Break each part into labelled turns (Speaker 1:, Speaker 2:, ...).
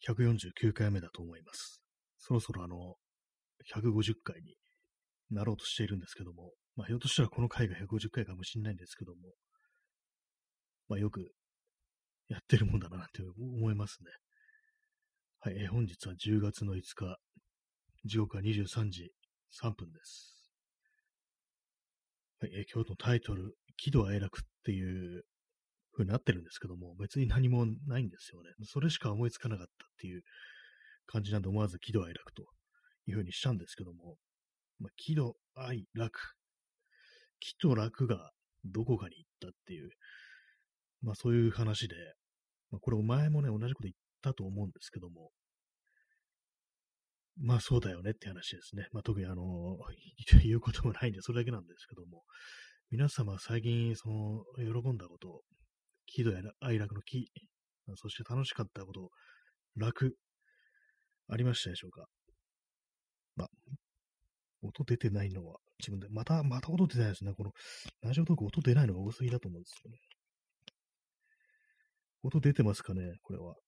Speaker 1: 149回目だと思います。そろそろ150回になろうとしているんですけども、ひょっとしたらこの回が150回かいかもしれないんですけども、よくやってるもんだなって思いますね。はい、本日は10月の5日、時刻は23時3分です。はい、今日のタイトル、喜怒哀楽っていう風になってるんですけども、別に何もないんですよね。それしか思いつかなかったっていう感じなんで、思わず喜怒哀楽という風にしたんですけども、喜怒哀楽。喜と楽がどこかに行ったっていう、そういう話で、これお前もね、同じこと言ったと思うんですけども、そうだよねって話ですね。特に言うこともないんで、それだけなんですけども、皆様最近、喜んだこと、喜怒哀楽の喜、そして楽しかったこと、楽、ありましたでしょうか？音出てないのは、自分で、また音出てないですね。この、ラジオトーク音出ないのが多すぎだと思うんですよね。音出てますかね、これは。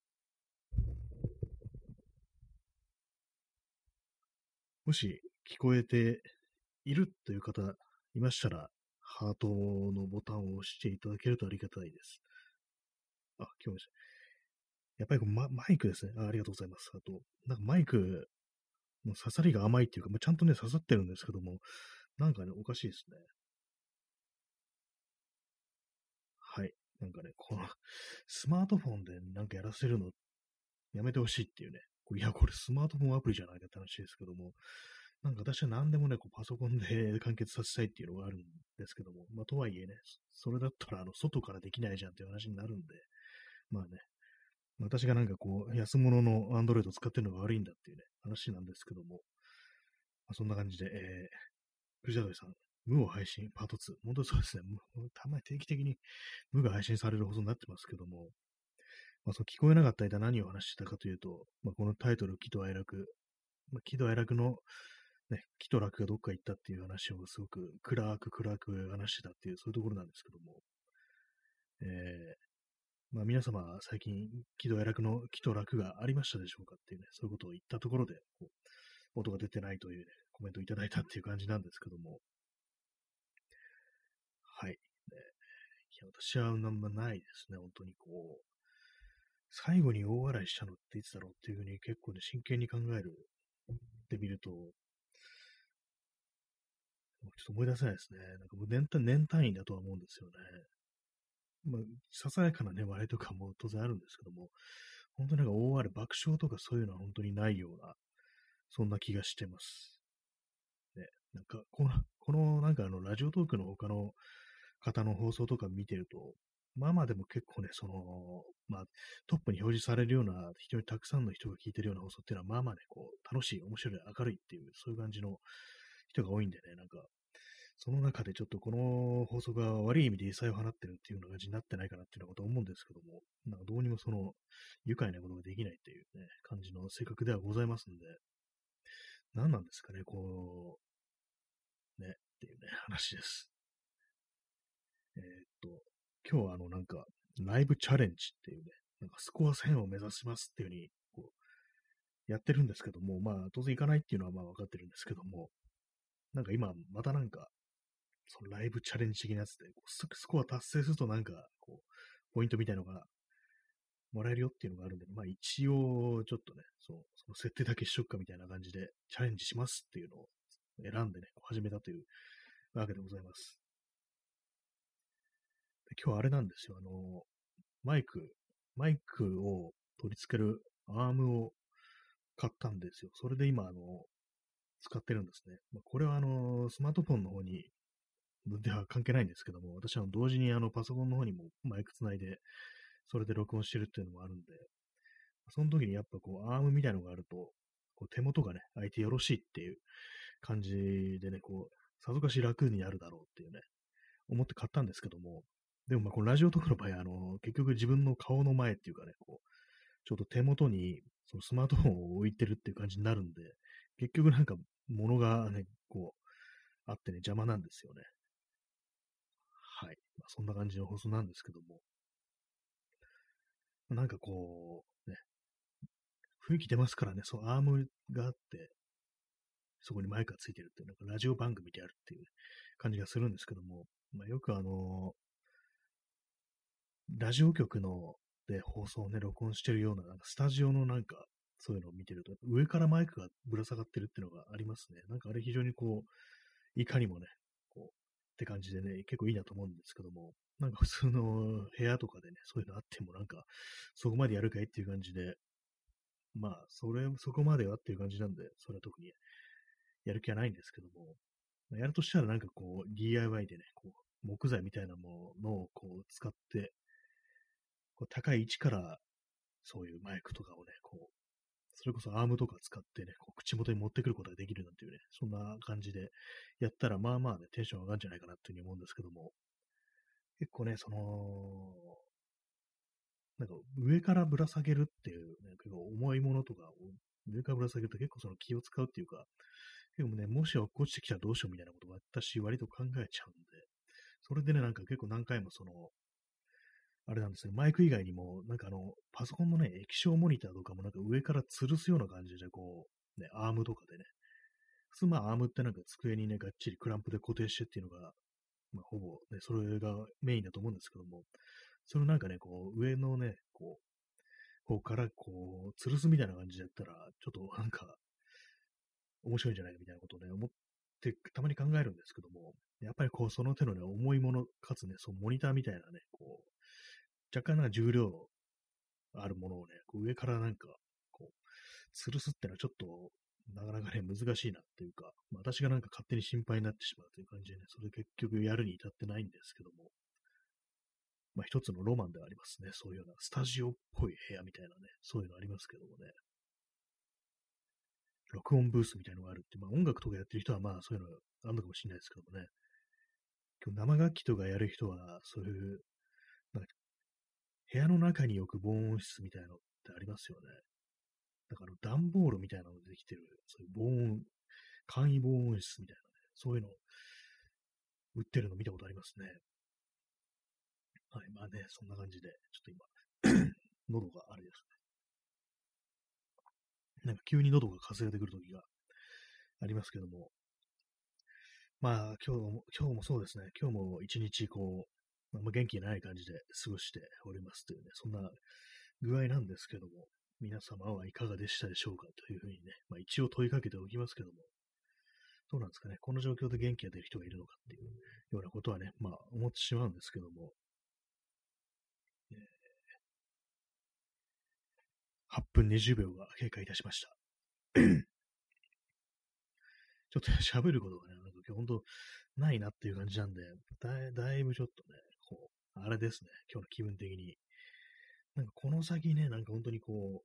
Speaker 1: もし聞こえているという方いましたら、ハートのボタンを押していただけるとありがたいです。聞こえました。やっぱりマイクですね。ありがとうございます。あと、なんかマイクの刺さりが甘いっていうか、ちゃんとね、刺さってるんですけども、なんかね、おかしいですね。はい。なんかね、このスマートフォンでなんかやらせるのやめてほしいっていうね。いや、これスマートフォンアプリじゃないかって話ですけども、なんか私は何でもね、パソコンで完結させたいっていうのがあるんですけども、とはいえね、それだったら外からできないじゃんっていう話になるんで、ね、私がなんか安物の Android を使ってるのが悪いんだっていうね、話なんですけども、そんな感じで、藤田さん、無を配信パート2。本当にそうですね。たまに定期的に無が配信される放送になってますけども、その聞こえなかった間何を話してたかというと、このタイトル、喜怒哀楽、喜怒哀楽のね、喜と楽がどっか行ったっていう話をすごく暗く話してたっていう、そういうところなんですけども、え皆様最近喜怒哀楽の喜と楽がありましたでしょうかっていうね、そういうことを言ったところで、音が出てないというね、コメントをいただいたっていう感じなんですけども、はい。いや、私はないですね、本当に最後に大笑いしたのっていつだろうっていうふうに結構ね、真剣に考えるってみると、ちょっと思い出せないですね。なんかもう年単位だとは思うんですよね。ささやかなね、笑いとかも当然あるんですけども、本当になんか大笑い、爆笑とかそういうのは本当にないような、そんな気がしてます。ね、なんか、このなんかラジオトークの他の方の放送とか見てると、でも結構ね、トップに表示されるような、非常にたくさんの人が聞いてるような放送っていうのは、ね、楽しい、面白い、明るいっていう、そういう感じの人が多いんでね、なんか、その中でちょっとこの放送が悪い意味で異彩を放ってるっていうような感じになってないかなっていうようなことを思うんですけども、なんかどうにも愉快なことができないっていうね、感じの性格ではございますんで、何なんですかね、っていうね、話です。えーっと、今日はなんか、ライブチャレンジっていうね、なんかスコア1000を目指しますっていうふうに、やってるんですけども、当然行かないっていうのは分かってるんですけども、なんか今、またなんか、そのライブチャレンジ的なやつで、スコア達成するとなんか、ポイントみたいのがもらえるよっていうのがあるんで、一応、ちょっとね、その設定だけしよっかみたいな感じで、チャレンジしますっていうのを選んでね、始めたというわけでございます。で今日あれなんですよ、マイク、マイクを取り付けるアームを買ったんですよ。それで今、使ってるんですね。これはスマートフォンの方にでは関係ないんですけども、私は同時にパソコンの方にもマイクつないで、それで録音してるっていうのもあるんで、その時にやっぱアームみたいなのがあると、手元がね、空いてよろしいっていう感じでね、さぞかし楽になるだろうっていうね、思って買ったんですけども、でもこのラジオとかの場合、結局自分の顔の前っていうかね、ちょっと手元にそのスマートフォンを置いてるっていう感じになるんで、結局なんか物がね、あってね、邪魔なんですよね。はい。そんな感じの放送なんですけども、なんかね、 雰囲気出ますからね、そう、アームがあって、そこにマイクがついてるっていう、なんかラジオ番組であるっていう感じがするんですけども、まあ、よくラジオ局ので放送をね、録音してるような、なんかスタジオのなんか、そういうのを見てると、上からマイクがぶら下がってるっていうのがありますね。なんかあれ非常にこう、いかにもね、こう、って感じでね、結構いいなと思うんですけども、なんか普通の部屋とかでね、そういうのあってもなんか、そこまでやるかいっていう感じで、まあ、そこまではっていう感じなんで、それは特にやる気はないんですけども、まあやるとしたらなんかこう、DIY でね、こう、木材みたいなものをこう使って、こう高い位置からそういうマイクとかをね、こう、それこそアームとか使ってね、こう口元に持ってくることができるなんていうね、そんな感じでやったら、まあまあね、テンション上がるんじゃないかなっていうふうに思うんですけども、結構ね、なんか上からぶら下げるっていう、ね、結構重いものとかを上からぶら下げると結構その気を使うっていうか、結構ね、もし落っこちてきたらどうしようみたいなことを私割と考えちゃうんで、それでね、なんか結構何回もあれなんですね、マイク以外にも、なんかパソコンのね、液晶モニターとかもなんか上から吊るすような感じで、こう、ね、アームとかでね、普通まあアームってなんか机にね、がっちりクランプで固定してっていうのが、まあほぼね、それがメインだと思うんですけども、そのなんかね、こう、上のね、こうからこう、吊るすみたいな感じでやったら、ちょっとなんか、面白いんじゃないかみたいなことをね、思って、たまに考えるんですけども、やっぱりこう、その手のね、重いもの、かつね、そのモニターみたいなね、こう、若干なんか重量あるものをね、こう上からなんか、こう、吊るすってのはちょっと、なかなかね、難しいなっていうか、まあ、私がなんか勝手に心配になってしまうという感じでね、それ結局やるに至ってないんですけども、まあ一つのロマンではありますね。そういうようなスタジオっぽい部屋みたいなね、そういうのありますけどもね。録音ブースみたいなのがあるって、まあ音楽とかやってる人はまあそういうのあるのかもしれないですけどもね。今日生楽器とかやる人は、そういう、なんか部屋の中に置く防音室みたいなのってありますよね。だから段ボールみたいなのでできてる、そういう防音、簡易防音室みたいなね、そういうの売ってるの見たことありますね。はい、まあね、そんな感じで、ちょっと今、喉があれですね。なんか急に喉がかすれてくるときがありますけども、まあ今日もそうですね、今日も一日こう、まあ、元気ない感じで過ごしておりますというね、そんな具合なんですけども、皆様はいかがでしたでしょうかというふうにね、まあ一応問いかけておきますけども、どうなんですかね、この状況で元気が出る人がいるのかっていうようなことはね、まあ思ってしまうんですけども、8分20秒が経過いたしました。ちょっと喋ることがね、なんか今日本当ないなっていう感じなんで、だいぶちょっとね、こう、あれですね、今日の気分的に。なんかこの先ね、なんか本当にこう、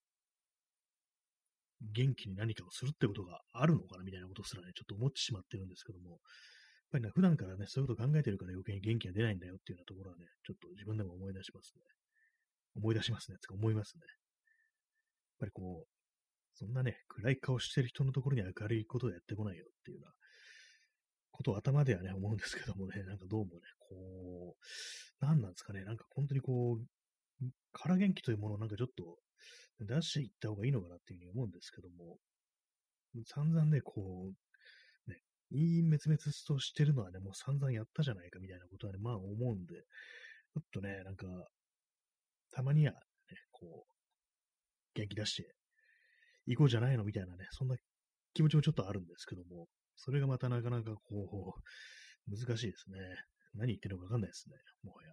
Speaker 1: 元気に何かをするってことがあるのかなみたいなことすらね、ちょっと思ってしまってるんですけども、やっぱりね、普段からね、そういうこと考えてるから余計に元気が出ないんだよっていうようなところはね、ちょっと自分でも思い出しますね。思い出しますね。つか思いますね。やっぱりこう、そんなね、暗い顔してる人のところに明るいことをやってこないよっていうようなことを頭ではね、思うんですけどもね、なんかどうもね、こう、なんなんですかね、なんか本当にこう、空元気というものをなんかちょっと出していった方がいいのかなっていうふうに思うんですけども、散々ね、こう、ね、いい滅々としてるのはね、もう散々やったじゃないかみたいなことはね、まあ思うんで、ちょっとね、なんか、たまにはね、こう、元気出していこうじゃないのみたいなね、そんな気持ちもちょっとあるんですけども、それがまたなかなかこう、難しいですね。何言ってるのかわかんないですね、もはや。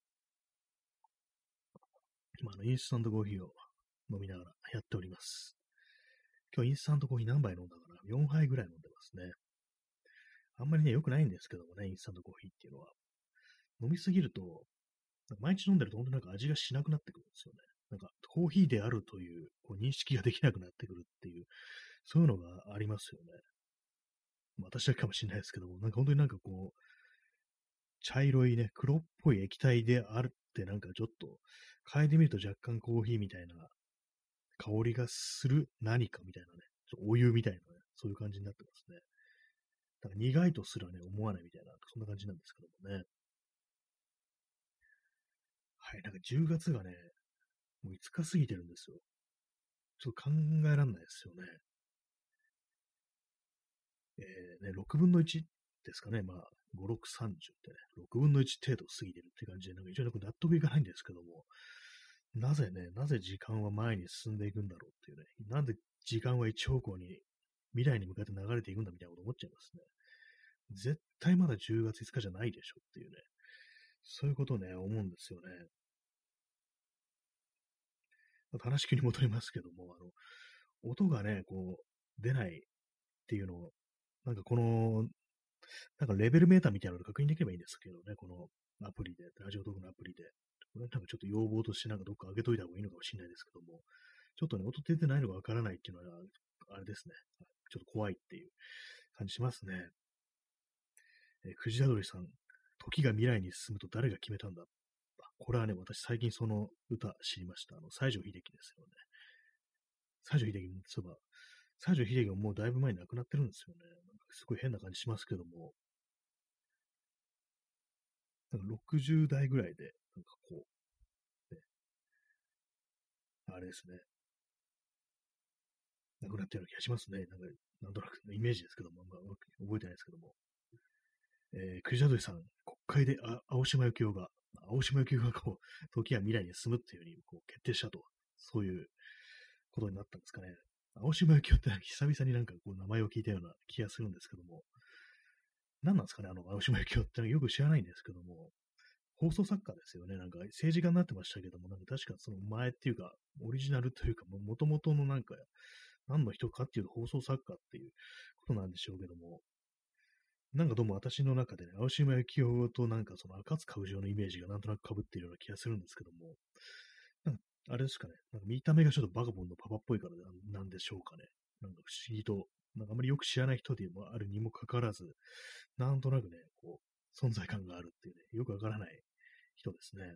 Speaker 1: 今、インスタントコーヒーを飲みながらやっております。今日インスタントコーヒー何杯飲んだかな？ 4 杯ぐらい飲んでますね。あんまりね、良くないんですけどもね、インスタントコーヒーっていうのは。飲みすぎると、毎日飲んでると本当になんか味がしなくなってくるんですよね。なんかコーヒーであるというこう認識ができなくなってくるっていう、そういうのがありますよね。私だけかもしれないですけども、なんか本当になんかこう、茶色いね、黒っぽい液体であるってなんかちょっと、嗅いでみると若干コーヒーみたいな香りがする何かみたいなね、お湯みたいなね、そういう感じになってますね。だから苦いとすらね、思わないみたいな、そんな感じなんですけどもね。はい、なんか10月がね、もう5日過ぎてるんですよ。 ちょっと考えられないですよね。6分の1ですかね。まあ、5、6、30ってね、6分の1程度過ぎてるって感じで、なんか一応納得いかないんですけども、なぜ時間は前に進んでいくんだろうっていうね、なんで時間は一方向に未来に向かって流れていくんだみたいなこと思っちゃいますね。絶対まだ10月5日じゃないでしょっていうね、そういうことをね、思うんですよね。話急に戻りますけども、音がね、こう、出ないっていうのを、なんかこの、なんかレベルメーターみたいなので確認できればいいんですけどね、このアプリで、ラジオトークのアプリで。これ多分ちょっと要望としてなんかどっか上げといた方がいいのかもしれないですけども、ちょっとね、音出てないのがわからないっていうのは、あれですね。ちょっと怖いっていう感じしますね。クジラドリさん、時が未来に進むと誰が決めたんだ。これはね、私最近その歌知りました。西城秀樹ですよね。西城秀樹、そういえば、西城秀樹はもうだいぶ前に亡くなってるんですよね。なんかすごい変な感じしますけども、なんか60代ぐらいで、なんかこう、ね、あれですね、亡くなったような気がしますね。なんとなくのイメージですけども、まあ、覚えてないですけども。クジラドリさん、国会で青島幸男が、青島幸男がこう、時や未来に進むっていうふうにこう決定したと、そういうことになったんですかね。青島幸男って久々になんかこう名前を聞いたような気がするんですけども、何なんですかね、青島幸男ってよく知らないんですけども、放送作家ですよね。なんか政治家になってましたけども、なんか確かその前っていうか、オリジナルというか、もともとのなんか、何の人かっていうと放送作家っていうことなんでしょうけども、なんかどうも私の中でね、青島幸男となんかその赤塚不二夫のイメージがなんとなく被っているような気がするんですけども、なんかあれですかね、なんか見た目がちょっとバカボンのパパっぽいからなんでしょうかね。なんか不思議と、なんかあまりよく知らない人でもあるにもかかわらず、なんとなくね、こう、存在感があるっていうね、よくわからない人ですね。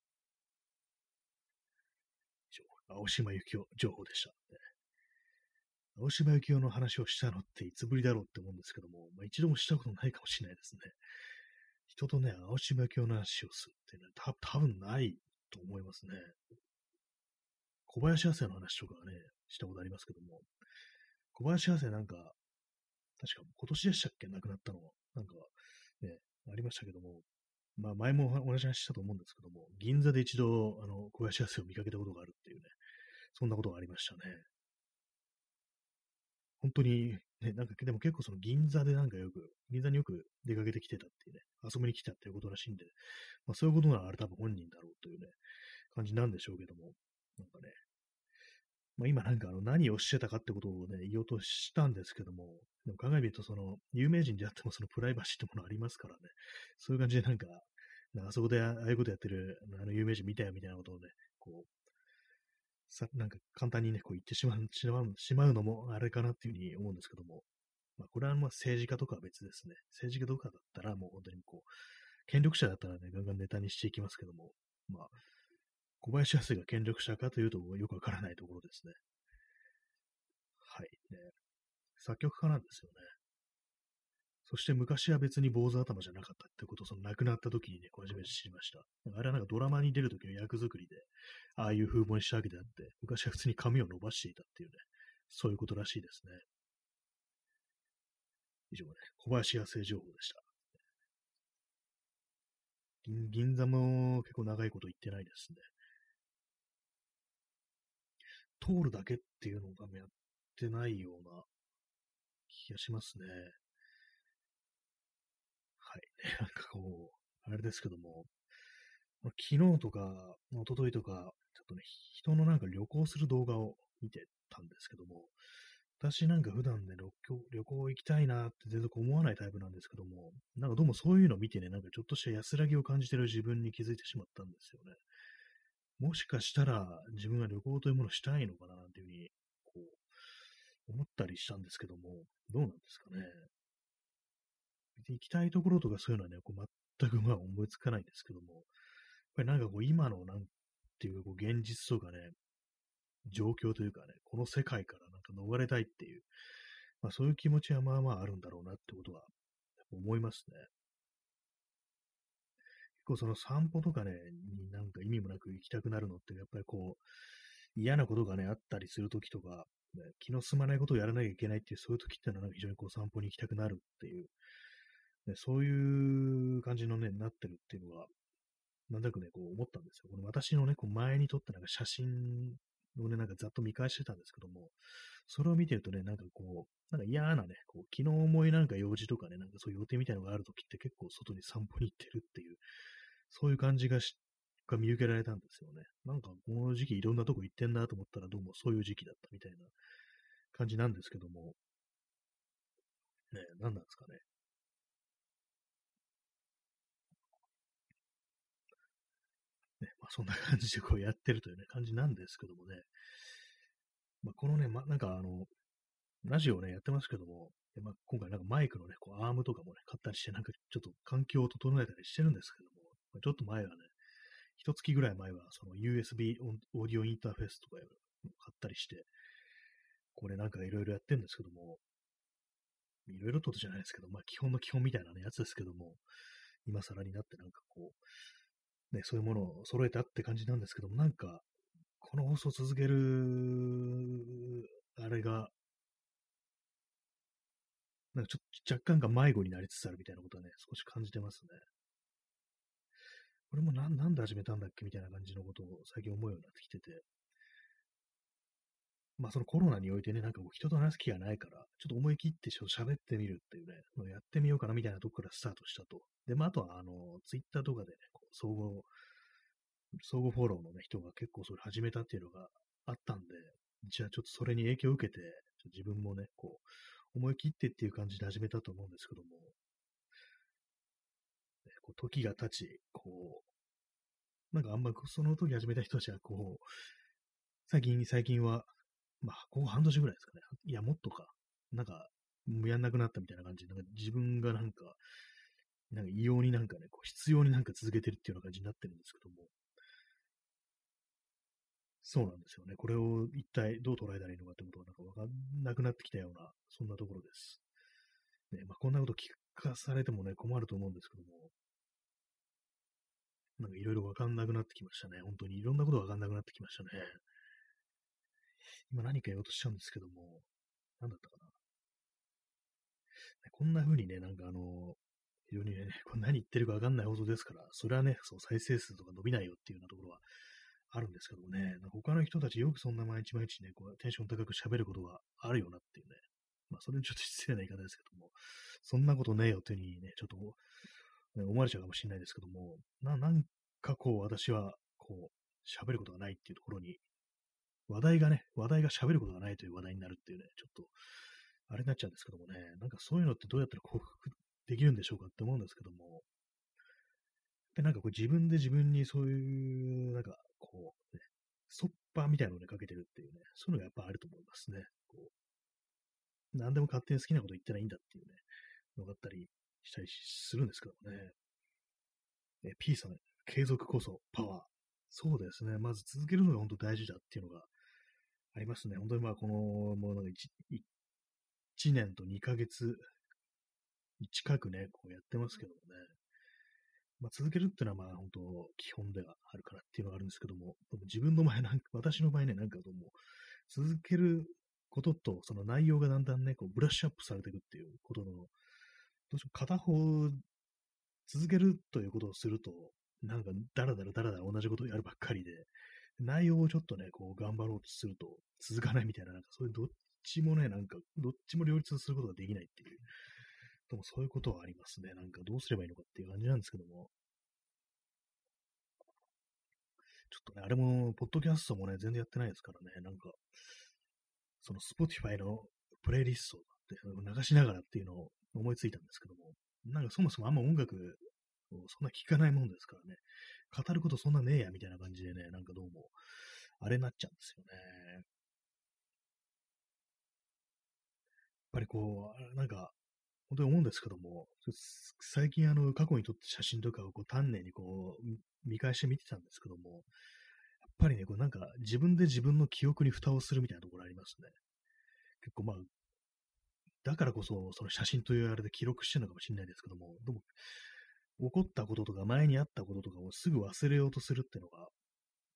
Speaker 1: 青島幸男情報でした。青島幸男の話をしたのっていつぶりだろうって思うんですけども、まあ、一度もしたことないかもしれないですね。人とね、青島幸男の話をするっていうのは多分ないと思いますね。小林亜生の話とかはね、したことありますけども、小林亜生なんか、確か今年でしたっけ亡くなったのは。なんか、ね、ありましたけども、まあ前も同じ話したと思うんですけども、銀座で一度、小林亜生を見かけたことがあるっていうね、そんなことがありましたね。本当に、ね、なんか、でも結構その銀座でなんか銀座によく出かけてきてたっていうね、遊びに来たっていうことらしいんで、まあそういうことならあれ多分本人だろうというね、感じなんでしょうけども、なんかね、まあ今なんか何をしてたかってことをね、言おうとしたんですけども、でも考えてみるとその有名人であってもそのプライバシーってものありますからね、そういう感じでなんかあそこでああいうことやってるあの有名人見たよみたいなことをね、こう、なんか簡単にね、こう言ってしまうのもあれかなっていうふうに思うんですけども、まあこれはまあ政治家とかは別ですね。政治家とかだったらもう本当にこう、権力者だったらね、ガンガンネタにしていきますけども、まあ、小林康が権力者かというとよくわからないところですね。はい。ね、作曲家なんですよね。そして昔は別に坊主頭じゃなかったってことをその亡くなった時にね、こう初めて知りました。あれはなんかドラマに出る時の役作りで、ああいう風貌にしたわけであって、昔は普通に髪を伸ばしていたっていうね、そういうことらしいですね。以上ね、小林康生情報でした。銀座も結構長いこと行ってないですね。通るだけっていうのを多分やってないような気がしますね。はい。なんかこう、あれですけども、昨日とか、一昨日とか、ちょっとね、人のなんか旅行する動画を見てたんですけども、私なんか普段ね、旅行行きたいなって全然思わないタイプなんですけども、なんかどうもそういうのを見てね、なんかちょっとした安らぎを感じてる自分に気づいてしまったんですよね。もしかしたら自分が旅行というものをしたいのかななんていうふうに、こう、思ったりしたんですけども、どうなんですかね。別に行きたいところとかそういうのはね、こう全くまあ思いつかないんですけども、やっぱりなんかこう今のなんていうかこう現実とかね、状況というかね、この世界からなんか逃れたいっていう、まあそういう気持ちはまあまああるんだろうなってことは思いますね。結構その散歩とかね、になんか意味もなく行きたくなるのって、やっぱりこう、 嫌なことがね、あったりするときとか、ね、気の済まないことをやらなきゃいけないっていう、そういうときってのは、なんか非常にこう散歩に行きたくなるっていう、ね、そういう感じのね、なってるっていうのが、なんとなくね、こう思ったんですよ。この私のね、こう前に撮ったなんか写真をね、なんかざっと見返してたんですけども、それを見てるとね、なんかこう、なんか嫌なね、こう、気の重いなんか用事とかね、なんかそういう予定みたいなのがあるときって結構外に散歩に行ってるっていう、そういう感じが見受けられたんですよね。なんかこの時期いろんなとこ行ってんなと思ったらどうもそういう時期だったみたいな感じなんですけども、ね、何なんですかね。ね、まあそんな感じでこうやってるというね、感じなんですけどもね、まあこのね、なんかラジオをね、やってますけども、でまあ、今回なんかマイクのね、こうアームとかもね、買ったりして、なんかちょっと環境を整えたりしてるんですけども、まあちょっと前はね、一月ぐらい前は、その USB オーディオインターフェースとかいうのを買ったりして、これなんかいろいろやってるんですけども、いろいろってことじゃないですけど、まあ基本の基本みたいなね、やつですけども、今更になってなんかこう、ね、そういうものを揃えたって感じなんですけども、なんか、この放送を続ける、あれが、なんかちょっと若干が迷子になりつつあるみたいなことはね、少し感じてますね。これもなんで始めたんだっけみたいな感じのことを最近思うようになってきてて、まあそのコロナにおいてね、なんかこう人と話す気がないから、ちょっと思い切ってちょっと喋ってみるっていうね、のをやってみようかなみたいなとこからスタートしたと。で、まああとはツイッターとかでね、こう相互フォローのね、人が結構それ始めたっていうのがあったんで、じゃあちょっとそれに影響を受けて、自分もね、こう、思い切ってっていう感じで始めたと思うんですけども、ねこう時が経ち、こう、なんかあんまその時始めた人たちはこう、最近は、まあ、ここ半年ぐらいですかね。いや、もっとか。なんか、もうやんなくなったみたいな感じで、なんか自分がなんか異様になんかね、こう必要になんか続けてるっていうような感じになってるんですけども、そうなんですよね。これを一体どう捉えたらいいのかってことがなんかわかんなくなってきたような、そんなところです。ね、まあ、こんなこと聞かされてもね、困ると思うんですけども、なんかいろいろわかんなくなってきましたね。本当にいろんなことわかんなくなってきましたね。今何か言おうとしちゃうんですけども、なんだったかな。こんな風にね、なんか非常にね、これ何言ってるかわかんない放送ですから、それはね、そう再生数とか伸びないよっていうようなところはあるんですけどもね、なんか他の人たちよくそんな毎日毎日ね、こうテンション高く喋ることがあるよなっていうね、まあそれちょっと失礼な言い方ですけども、そんなことねえよっていう風にね、ちょっと、ね、思われちゃうかもしれないですけども、なんかこう私はこう喋ることがないっていうところに、話題が喋ることがないという話題になるっていうね、ちょっとあれになっちゃうんですけどもね、なんかそういうのってどうやったら克服できるんでしょうかって思うんですけども、で、なんかこう自分で自分にそういう、なんかこう、ね、ストッパーみたいなのをね、かけてるっていうね、そういうのがやっぱあると思いますね。こう、何でも勝手に好きなこと言ったらいいんだっていうね、のがあったりしたりするんですけどもね。P さん、継続こそパワー。そうですね。まず続けるのが本当大事だっていうのがありますね。本当にまあ、この、もうなんか1年と2ヶ月近くね、こうやってますけどもね。まあ、続けるっていうのはまあ本当基本ではあるからっていうのがあるんですけども、でも自分の場合なんか、私の場合ね、なんかどうも続けることとその内容がだんだんね、こうブラッシュアップされていくっていうことの、どうしても片方続けるということをすると、なんかだらだら同じことをやるばっかりで、内容をちょっとね、こう頑張ろうとすると続かないみたいな、なんかそういうどっちもね、なんかどっちも両立することができないっていう、でもそういうことはありますね。なんかどうすればいいのかっていう感じなんですけども、ちょっとね、あれも、ポッドキャストもね、全然やってないですからね、なんか、その Spotify のプレイリストって流しながらっていうのを思いついたんですけども、なんかそもそもあんま音楽をそんな聴かないもんですからね、語ることそんなねえやみたいな感じでね、なんかどうも、あれになっちゃうんですよね。やっぱりこう、なんか、本当に思うんですけども、最近過去に撮った写真とかをこう丹念にこう、見返して見てたんですけども、やっぱりね、こうなんか自分で自分の記憶に蓋をするみたいなところありますね。結構まあ、だからこそ、その写真というあれで記録してるのかもしれないですけども、でも、起こったこととか前にあったこととかをすぐ忘れようとするっていうのが、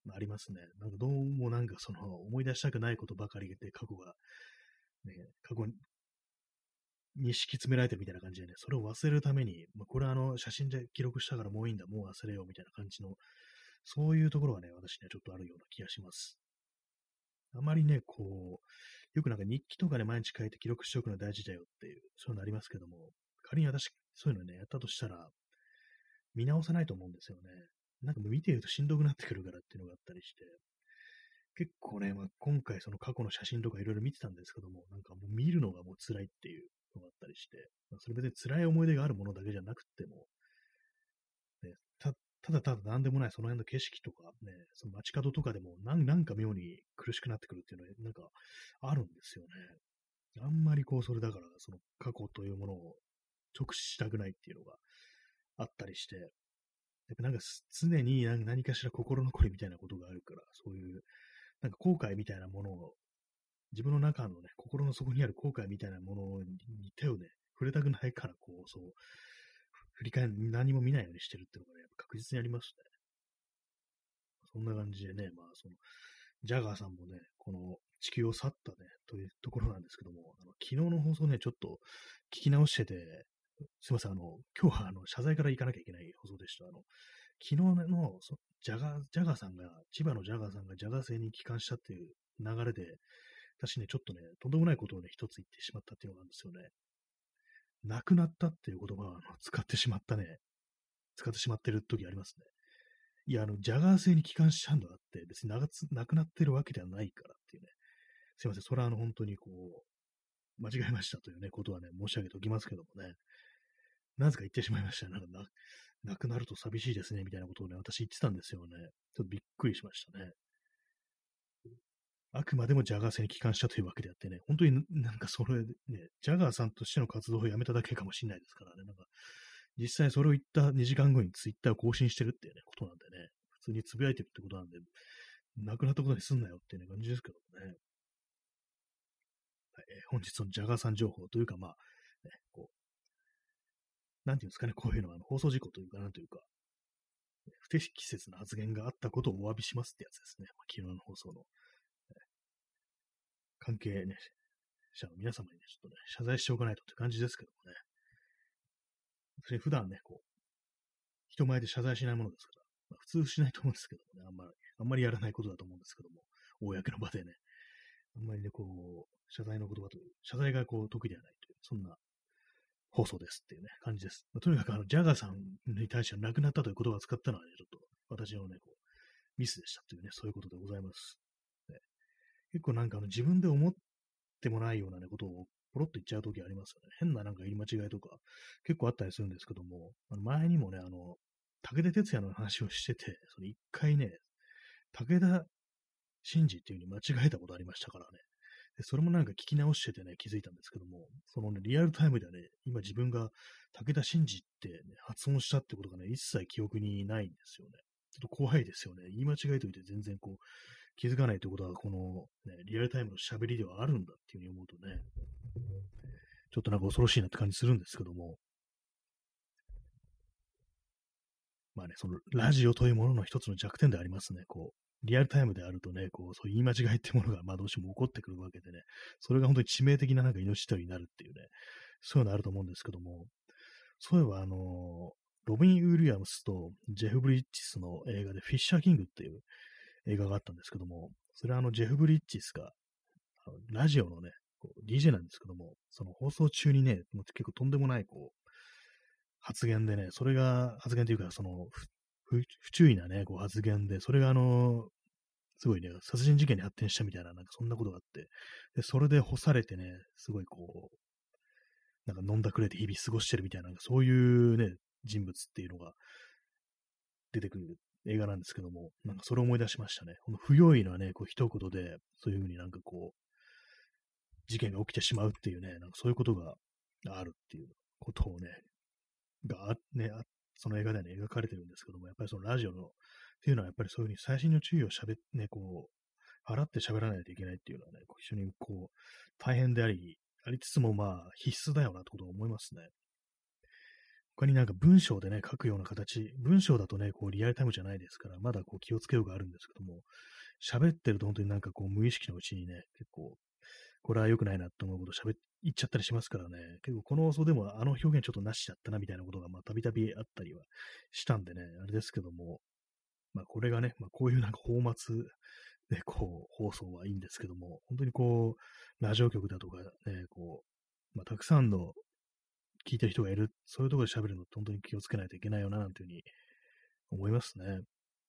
Speaker 1: ありますね。なんかどうもなんかその思い出したくないことばかりで過去が、ね、過去に敷き詰められてるみたいな感じでね、それを忘れるために、これは写真で記録したからもういいんだ、もう忘れようみたいな感じの、そういうところがね、私にはちょっとあるような気がします。あまりね、よくなんか日記とかね、毎日書いて記録しておくのは大事だよっていう、そういうのありますけども、仮に私、そういうのね、やったとしたら、見直さないと思うんですよね。なんかもう見てるとしんどくなってくるからっていうのがあったりして、結構ね、今回その過去の写真とかいろいろ見てたんですけども、なんかもう見るのがもう辛いっていうのがあったりして、それ別に辛い思い出があるものだけじゃなくても、ね、ただなんでもないその辺の景色とかね、その街角とかでもなんか妙に苦しくなってくるっていうのはなんかあるんですよね。あんまりそれだから、その過去というものを直視したくないっていうのがあったりして、やっぱなんか常に何かしら心残りみたいなことがあるから、そういうなんか後悔みたいなものを、自分の中のね、心の底にある後悔みたいなものに手をね、触れたくないから、振り返り、何も見ないようにしてるっていうのがね、やっぱ確実にありますね。そんな感じでね、ジャガーさんもね、この地球を去ったね、というところなんですけども、昨日の放送ね、ちょっと聞き直してて、すいません、今日は謝罪から行かなきゃいけない放送でした。昨日のジャガーさんが、千葉のジャガーさんがジャガー星に帰還したっていう流れで、私ね、ちょっとね、とんでもないことをね、一つ言ってしまったっていうのがあるんですよね。亡くなったっていう言葉を使ってしまってる時ありますね。いや、ジャガー星に帰還したんだって、別に亡くなってるわけではないからっていうね。すいません、それは本当に間違えましたというね、ことはね、申し上げておきますけどもね。なぜか言ってしまいましたね。亡くなると寂しいですね、みたいなことをね、私言ってたんですよね。ちょっとびっくりしましたね。あくまでもジャガー星に帰還したというわけであってね、本当になんかそれね、ジャガーさんとしての活動をやめただけかもしれないですからね、なんか、実際それを言った2時間後にツイッターを更新してるっていうね、ことなんでね、普通につぶやいてるってことなんで、亡くなったことにすんなよっていうね、感じですけどもね。はい、本日のジャガーさん情報というか、ね、なんていうんですかね、こういうのは放送事故というか、なんというか、不適切な発言があったことをお詫びしますってやつですね。昨日の放送の、関係ね、者の皆様にね、ちょっとね、謝罪しておかないとって感じですけどもね。普段ね、人前で謝罪しないものですから、普通しないと思うんですけどもね、あんまりやらないことだと思うんですけども、公の場でね、あんまりね、謝罪の言葉という、謝罪が得意ではないという、そんな放送ですっていうね、感じです。とにかくジャガーさんに対しては亡くなったという言葉を使ったのはね、ちょっと私のね、ミスでしたというね、そういうことでございます。ね、結構なんか自分で思ってもないようなね、ことをポロッと言っちゃうときありますよね。変ななんか言い間違いとか結構あったりするんですけども、前にもね、武田鉄矢の話をしてて、その一回ね、武田真治っていう風に間違えたことありましたからね。で、それもなんか聞き直しててね、気づいたんですけども、そのね、リアルタイムではね、今自分が武田真治ってね、発音したってことがね、一切記憶にないんですよね。ちょっと怖いですよね。言い間違えといて全然気づかないということは、ね、リアルタイムの喋りではあるんだっていうふうに思うとね、ちょっとなんか恐ろしいなって感じするんですけども、まあね、そのラジオというものの一つの弱点でありますね。リアルタイムであるとね、そういう言い間違いってものが、どうしても起こってくるわけでね、それが本当に致命的ななんか命取りになるっていうね、そういうのあると思うんですけども、そういえばロビン・ウィリアムスとジェフ・ブリッジスの映画でフィッシャー・キングっていう映画があったんですけども、それはジェフ・ブリッジスが、ラジオのね、DJ なんですけども、その放送中にね、もう結構とんでもない発言でね、それが、発言というか、不注意なね、発言で、それがすごいね、殺人事件に発展したみたいな、なんかそんなことがあって、で、それで干されてね、すごいなんか飲んだくれて日々過ごしてるみたいな、そういうね、人物っていうのが出てくる映画なんですけども、なんかそれを思い出しましたね。この不用意なね、一言で、そういうふうになんか事件が起きてしまうっていうね、なんかそういうことがあるっていうことをね、ね、その映画ではね、描かれてるんですけども、やっぱりそのラジオの、っていうのはやっぱりそういうふうに細心の注意をね、払って喋らないといけないっていうのはね、非常に大変でありつつも必須だよなってことを思いますね。 他になんか文章でね、書くような形、文章だとね、こうリアルタイムじゃないですから、まだこう気をつけようがあるんですけども、喋ってると本当になんかこう無意識のうちにね、結構、これは良くないなって思うこと言っちゃったりしますからね、結構この放送でもあの表現ちょっとなしちゃったなみたいなことがまあたびたびあったりはしたんでね、あれですけども、まあこれがね、まあこういうなんか放末でこう放送はいいんですけども、本当にこう、ラジオ局だとかね、こう、まあたくさんの聞いてる人がいる、そういうところで喋るのって本当に気をつけないといけないよな、なんていうふうに思いますね。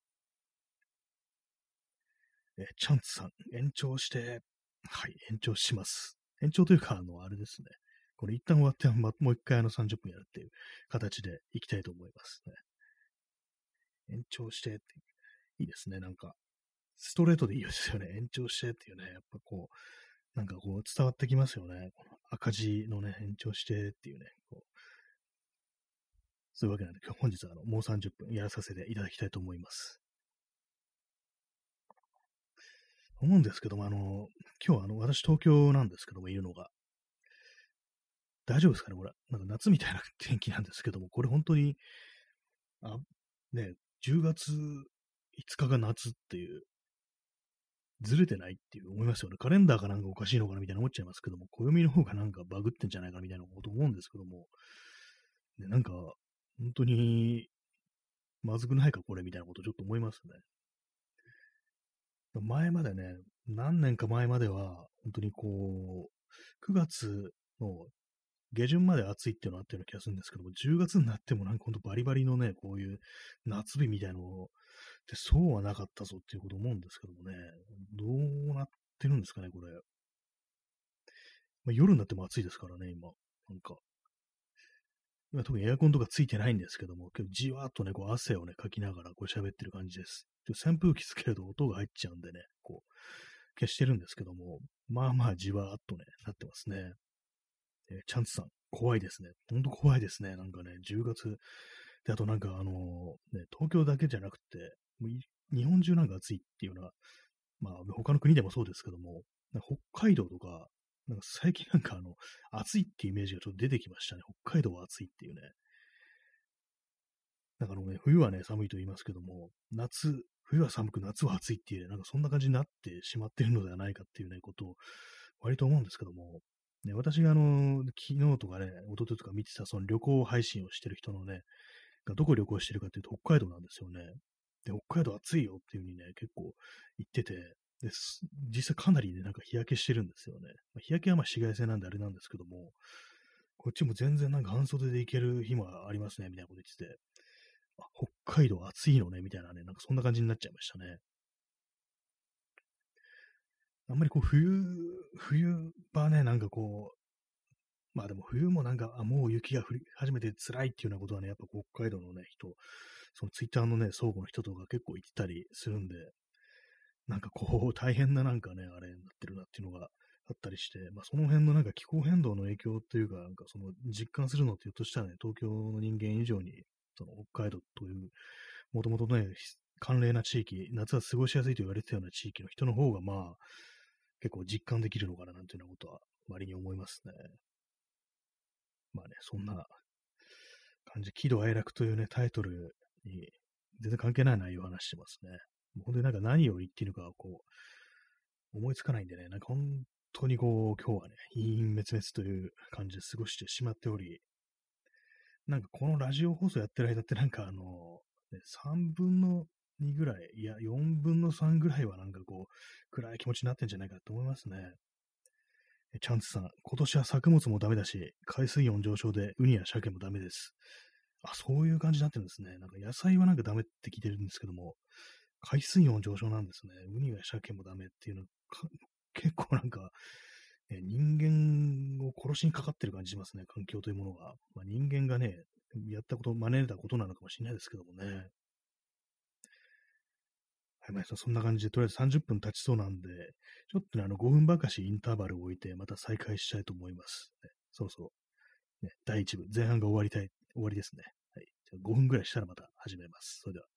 Speaker 1: チャンツさん、延長して、はい、延長します。延長というか、あれですね。これ一旦終わって、もう一回30分やるっていう形でいきたいと思いますね。延長してって、いいですね。なんか、ストレートでいいですよね。延長してっていうね、やっぱこう、なんかこう伝わってきますよね。この赤字のね、延長してっていうね、こうそういうわけなんで、今日本日はもう30分やらさせていただきたいと思います。思うんですけども、今日は私東京なんですけども、いるのが。大丈夫ですかねこれ。なんか夏みたいな天気なんですけども、これ本当に、あ、ね、10月5日が夏っていう、ずれてないっていう思いますよね。カレンダーかなんかおかしいのかなみたいな思っちゃいますけども、暦の方がなんかバグってんじゃないかなみたいなこと思うんですけども、ね、なんか、本当に、まずくないかこれみたいなことちょっと思いますね。前までね、何年か前までは、本当にこう、9月の下旬まで暑いっていうのがあったような気がするんですけども、10月になってもなんかほんとバリバリのね、こういう夏日みたいなのってそうはなかったぞっていうこと思うんですけどもね、どうなってるんですかね、これ。まあ、夜になっても暑いですからね、今。なんか、今特にエアコンとかついてないんですけども、結構じわーっとね、こう汗をね、かきながらこう喋ってる感じです。扇風機つけると音が入っちゃうんでね、こう、消してるんですけども、まあまあじわーっとね、なってますね。チャンツさん、怖いですね。ほんと怖いですね。なんかね、10月。で、あとなんかね、東京だけじゃなくて、日本中なんか暑いっていうのは、まあ他の国でもそうですけども、なんか北海道とか、なんか最近なんか暑いっていうイメージがちょっと出てきましたね。北海道は暑いっていうね。なんかね、冬はね、寒いと言いますけども、冬は寒く夏は暑いっていう、なんかそんな感じになってしまっているのではないかっていうね、ことを割と思うんですけども、ね、私が昨日とかね、一昨日とか見てたその旅行配信をしてる人のね、がどこ旅行してるかっていうと北海道なんですよね。で、北海道暑いよっていう風にね、結構言ってて、実際かなりね、なんか日焼けしてるんですよね。まあ、日焼けはまあ紫外線なんであれなんですけども、こっちも全然なんか半袖で行ける日もありますね、みたいなこと言ってて、あ、北海道暑いのね、みたいなね、なんかそんな感じになっちゃいましたね。あんまりこう冬場ね、なんかこう、まあでも冬もなんか、もう雪が降り始めて辛いっていうようなことはね、やっぱ北海道のね、そのツイッターのね、倉庫の人とか結構言ってたりするんで、なんかこう、大変ななんかね、あれになってるなっていうのがあったりして、まあその辺のなんか気候変動の影響っていうか、なんかその実感するのってひょっとしたらね、東京の人間以上に、その北海道という、もともとね、寒冷な地域、夏は過ごしやすいと言われてたような地域の人の方が、まあ、結構実感できるのかななんていうようなことは、割に思いますね。まあね、そんな感じ、喜怒哀楽というね、タイトルに全然関係ない内容を話してますね。もう本当になんか何を言っているのか、こう、思いつかないんでね、なんか本当にこう、今日はね、陰滅滅という感じで過ごしてしまっており、なんかこのラジオ放送やってる間ってなんかね、3分の2ぐらい、いや、4分の3ぐらいはなんかこう、暗い気持ちになってんじゃないかと思いますね。チャンスさん、今年は作物もダメだし、海水温上昇でウニや鮭もダメです。あ、そういう感じになってるんですね。なんか野菜はなんかダメって聞いてるんですけども、海水温上昇なんですね。ウニや鮭もダメっていうの結構なんか、人間を殺しにかかってる感じしますね。環境というものが。まあ、人間がね、やったこと、真似たことなのかもしれないですけどもね。はい、まあ、そんな感じで、とりあえず30分経ちそうなんで、ちょっとね、5分ばかしインターバルを置いて、また再開したいと思います。ね、そうそう。ね、第1部、前半が終わりですね。はい。じゃあ5分ぐらいしたらまた始めます。それでは。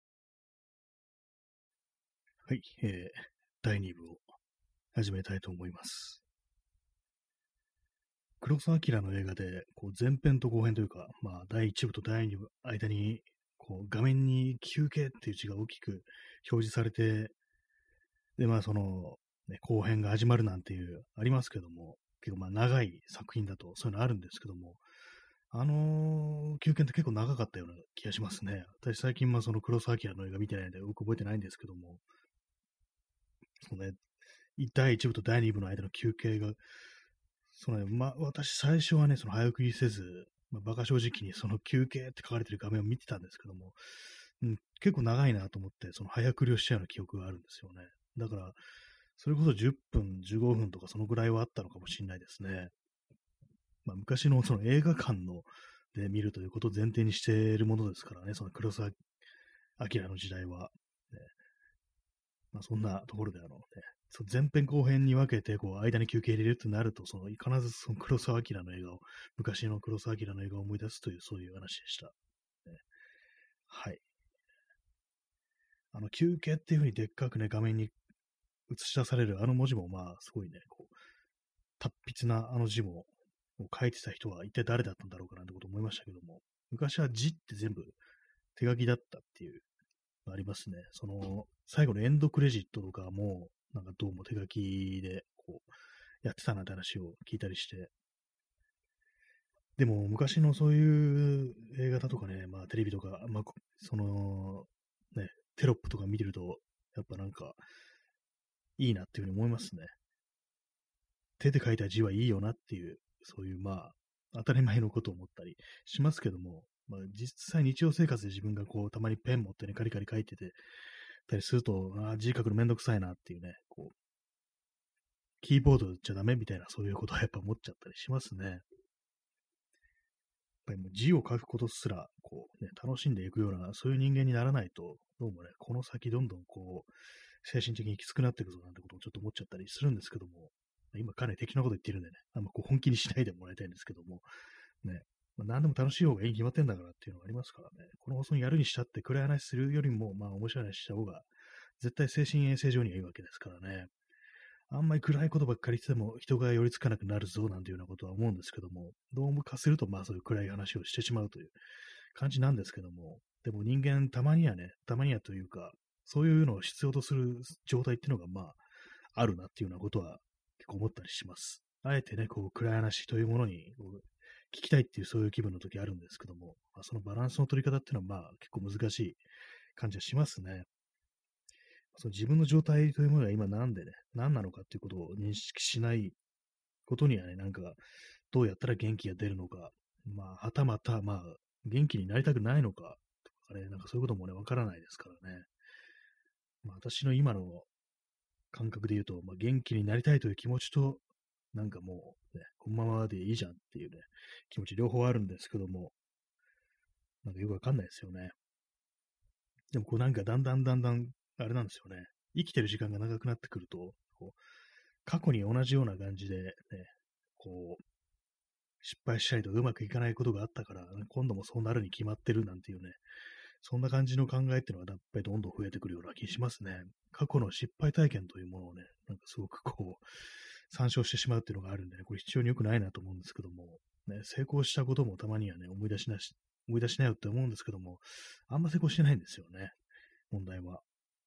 Speaker 1: はい。第2部を始めたいと思います。 黒澤明の映画で、こう前編と後編というか、まあ、第1部と第2部間に、こう画面に休憩っていう字が大きく表示されて、で、まあ、後編が始まるなんていう、ありますけども、結構まあ長い作品だとそういうのあるんですけども、休憩って結構長かったような気がしますね。私最近その黒澤明の映画見てないんでよく覚えてないんですけども、そうね、第1部と第2部の間の休憩が、私最初はね、早送りせず、馬鹿正直にその休憩って書かれてる画面を見てたんですけども、結構長いなと思って、早送りをしちゃうような記憶があるんですよね。だから、それこそ10分、15分とかそのぐらいはあったのかもしれないですね。まあ、昔のその映画館で見るということを前提にしているものですからね、その黒澤明の時代は。ね、まあ、そんなところで前編後編に分けて、間に休憩入れるとなると、必ずその黒澤明の映画を、昔の黒澤明の映画を思い出すという、そういう話でした。ね、はい。休憩っていうふうにでっかくね、画面に映し出されるあの文字も、まあ、すごいね、達筆なあの字も、書いてた人は一体誰だったんだろうかなんてこと思いましたけども、昔は字って全部手書きだったっていうのありますね。最後のエンドクレジットとかも、なんかどうも手書きで、やってたなって話を聞いたりして、でも昔のそういう映画だとかね、まあテレビとか、まあ、ね、テロップとか見てると、やっぱなんか、いいなっていうふうに思いますね。手で書いた字はいいよなっていう、そういうまあ、当たり前のことを思ったりしますけども、まあ実際日常生活で自分がたまにペン持ってね、カリカリ書いてて、たりすると、字書くのめんどくさいなっていうね、キーボードじゃダメみたいな、そういうことはやっぱ思っちゃったりしますね。やっぱりもう字を書くことすら、楽しんでいくような、そういう人間にならないと、どうもね、この先どんどん精神的にきつくなっていくぞなんてことをちょっと思っちゃったりするんですけども、今かなり適当なこと言ってるんでね、あんま本気にしないでもらいたいんですけども、ね、まあ、何でも楽しい方がいいに決まってんだからっていうのがありますからね、この放送にやるにしたって暗い話するよりも、まあ面白い話した方が、絶対精神衛生上にはいいわけですからね。あんまり暗いことばっかり言ってても人が寄りつかなくなるぞなんていうようなことは思うんですけども、どうもかするとまあそういう暗い話をしてしまうという感じなんですけども、でも人間たまにはね、たまにはというか、そういうのを必要とする状態っていうのがまああるなっていうようなことは結構思ったりします。あえてね、暗い話というものに聞きたいっていうそういう気分の時あるんですけども、まあ、そのバランスの取り方っていうのはまあ結構難しい感じはしますね。自分の状態というものが今なんでね、何なのかっていうことを認識しないことにはね、なんか、どうやったら元気が出るのか、まあ、はたまた、まあ、元気になりたくないのか、とかね、なんかそういうこともね、わからないですからね。まあ、私の今の感覚で言うと、まあ、元気になりたいという気持ちと、なんかもう、ね、このままでいいじゃんっていうね、気持ち両方あるんですけども、なんかよくわかんないですよね。でも、なんかだんだん、あれなんですよね。生きてる時間が長くなってくると、過去に同じような感じで、ね、こう、失敗したりとかうまくいかないことがあったから、今度もそうなるに決まってるなんていうね、そんな感じの考えっていうのがやっぱりどんどん増えてくるような気しますね。過去の失敗体験というものをね、なんかすごく参照してしまうっていうのがあるんでね、これ非常に良くないなと思うんですけども、ね、成功したこともたまにはね、思い出しなよって思うんですけども、あんま成功してないんですよね、問題は。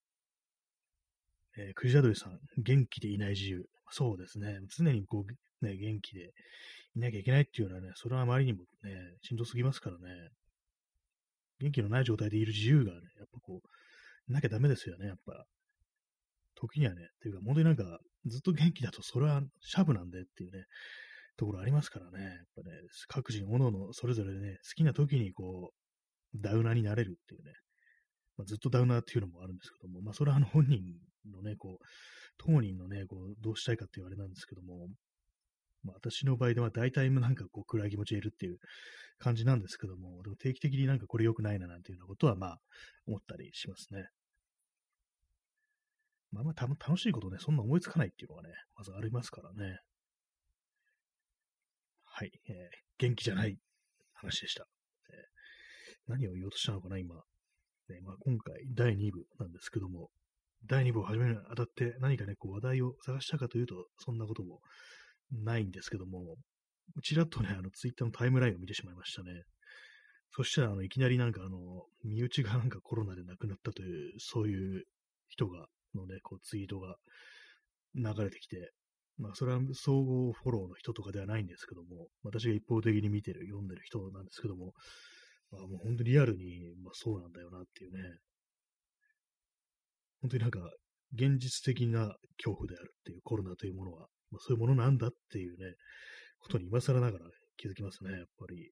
Speaker 1: クジラドリさん、元気でいない自由。そうですね。常にね、元気でいなきゃいけないっていうのはね、それはあまりにもね、しんどすぎますからね。元気のない状態でいる自由がね、やっぱなきゃダメですよね、やっぱ。時にはね、っていうか、本当になんか、ずっと元気だと、それはシャブなんでっていうね、ところありますからね。やっぱね、各自各々それぞれね、好きな時にダウナーになれるっていうね、まあ、ずっとダウナーっていうのもあるんですけども、まあ、それは本人のね、当人のね、どうしたいかっていうあれなんですけども、まあ、私の場合では大体なんか暗い気持ちでいるっていう感じなんですけども、でも定期的になんかこれ良くないななんていうようなことはまあ思ったりしますね。まあ楽しいことね、そんな思いつかないっていうのがね、まずありますからね。はい、元気じゃない話でした。何を言おうとしたのかな、今。まあ、今回第2部なんですけども、第2部を始めるにあたって何かね、話題を探したかというと、そんなこともないんですけども、 ちらっとね、ツイッターのタイムラインを見てしまいましたね。そしたら、いきなりなんか身内がなんかコロナで亡くなったという、そういう人のね、こうツイートが流れてきて、まあ、それは総合フォローの人とかではないんですけども、私が一方的に見てる、読んでる人なんですけども、まあ、もう本当にリアルに、まあ、そうなんだよなっていうね、本当になんか、現実的な恐怖であるっていうコロナというものは、まあ、そういうものなんだっていうね、ことに今更ながら気づきますね、やっぱり。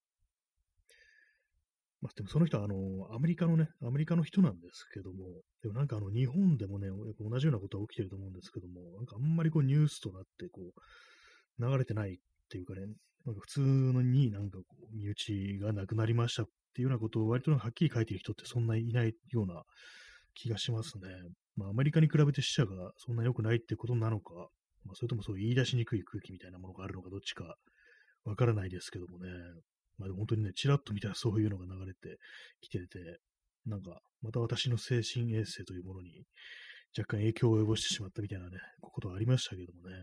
Speaker 1: まあ、でもその人はアメリカのね、アメリカの人なんですけども、でもなんか日本でもね、やっぱ同じようなことが起きてると思うんですけども、なんかあんまりこうニュースとなってこう、流れてないっていうかね、なんか普通のになんかこう、身内が亡くなりましたっていうようなことを割とはっきり書いてる人ってそんなにいないような気がしますね。まあアメリカに比べて死者がそんな良くないってことなのか、まあそれともそう言い出しにくい空気みたいなものがあるのかどっちかわからないですけどもね。まあでも本当にね、ちらっと見たらそういうのが流れてきてて、なんか、また私の精神衛生というものに若干影響を及ぼしてしまったみたいなね、ことがありましたけどもね。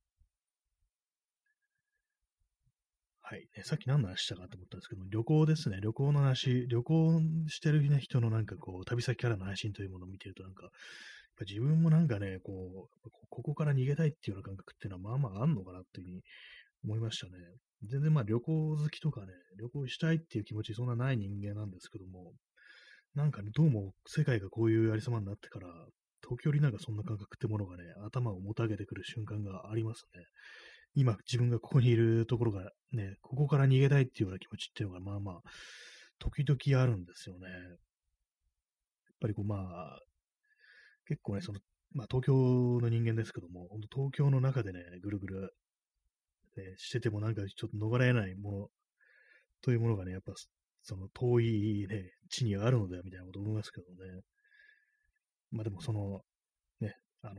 Speaker 1: はい。ね、さっき何の話したかと思ったんですけども、旅行ですね。旅行の話、旅行してる、ね、人のなんかこう、旅先からの配信というものを見てるとなんか、やっぱ自分もなんかね、ここから逃げたいっていうような感覚っていうのはまあまああんのかなっていうふうに思いましたね。全然まあ旅行好きとかね、旅行したいっていう気持ちそんなない人間なんですけども、なんかね、どうも世界がこういうありさまになってから、時折なんかそんな感覚ってものがね、頭をもたげてくる瞬間がありますね。今自分がここにいるところがね、ここから逃げたいっていうような気持ちっていうのがまあまあ、時々あるんですよね。やっぱりこうまあ、結構ね、まあ東京の人間ですけども、本当東京の中でね、ぐるぐる、ね、しててもなんかちょっと逃れないものというものがね、やっぱその遠いね、地にあるのではみたいなことを思いますけどね。まあでもね、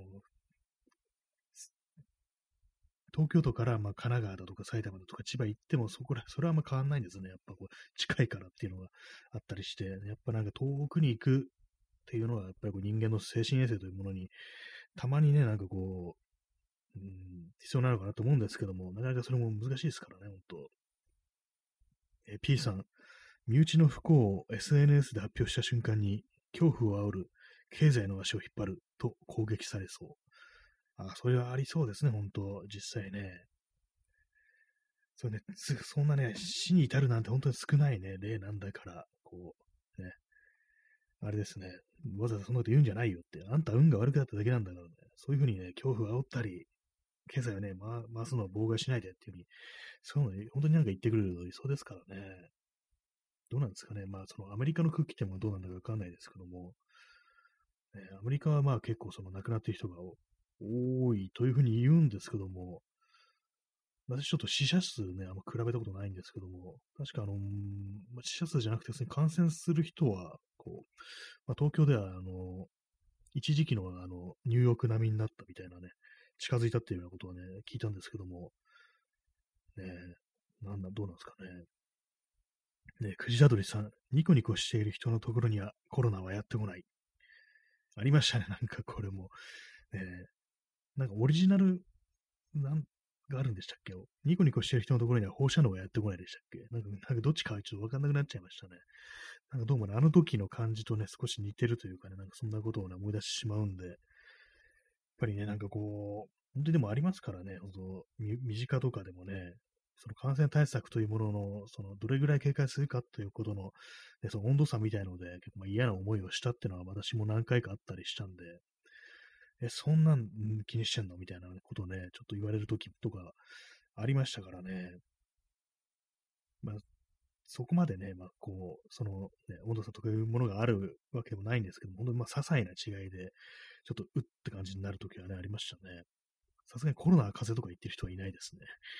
Speaker 1: 東京都からまあ神奈川だとか埼玉だとか千葉行ってもそれはあんま変わんないんですね。やっぱこう近いからっていうのがあったりして、やっぱなんか遠くに行くっていうのはやっぱりこう人間の精神衛生というものにたまにね、なんかこう、必要なのかなと思うんですけども、なかなかそれも難しいですからね、本当。P さん、身内の不幸を SNS で発表した瞬間に恐怖を煽る経済の足を引っ張ると攻撃されそう。それはありそうですね、本当実際ね。そうね、そんなね、死に至るなんて本当に少ないね、例なんだから、ね、あれですね、わざわざそんなこと言うんじゃないよって、あんた運が悪くなっただけなんだからね、そういうふうにね、恐怖を煽ったり、経済をね、回すのを妨害しないでっていうふうに、そういうのね、本当になんか言ってくれるとそうですからね。どうなんですかね。まあ、そのアメリカの空気ってもどうなんだかわかんないですけども、アメリカはまあ結構その亡くなっている人が多いというふうに言うんですけども、私ちょっと死者数ね、比べたことないんですけども、確かまあ死者数じゃなくて、普通に感染する人は、まあ、東京では、一時期のニューヨーク並みになったみたいなね、近づいたっていうようなことはね、聞いたんですけども、ね、どうなんですかね。ね、くじらどりさん、ニコニコしている人のところにはコロナはやってこない。ありましたね、なんかこれも。ね、なんかオリジナル、があるんでしたっけ？ニコニコしてる人のところには放射能がやってこないでしたっけ？なんかどっちかちょっとわかんなくなっちゃいましたね。なんかどうもね、あの時の感じとね、少し似てるというかね、なんかそんなことをね、思い出してしまうんで、やっぱりね、なんかこう、本当にでもありますからね、本当身近とかでもね、その感染対策というものの、どれぐらい警戒するかということの、ね、その温度差みたいので、結構まあ嫌な思いをしたっていうのは私も何回かあったりしたんで、そんなん気にしてんのみたいなことをね、ちょっと言われる時とかありましたからね。まあ、そこまでね、まあ、ね、温度差とかいうものがあるわけでもないんですけども、本当にまあ、些細な違いで、ちょっとうって感じになるときはね、ありましたね。さすがにコロナ、風邪とか言ってる人はいないですね。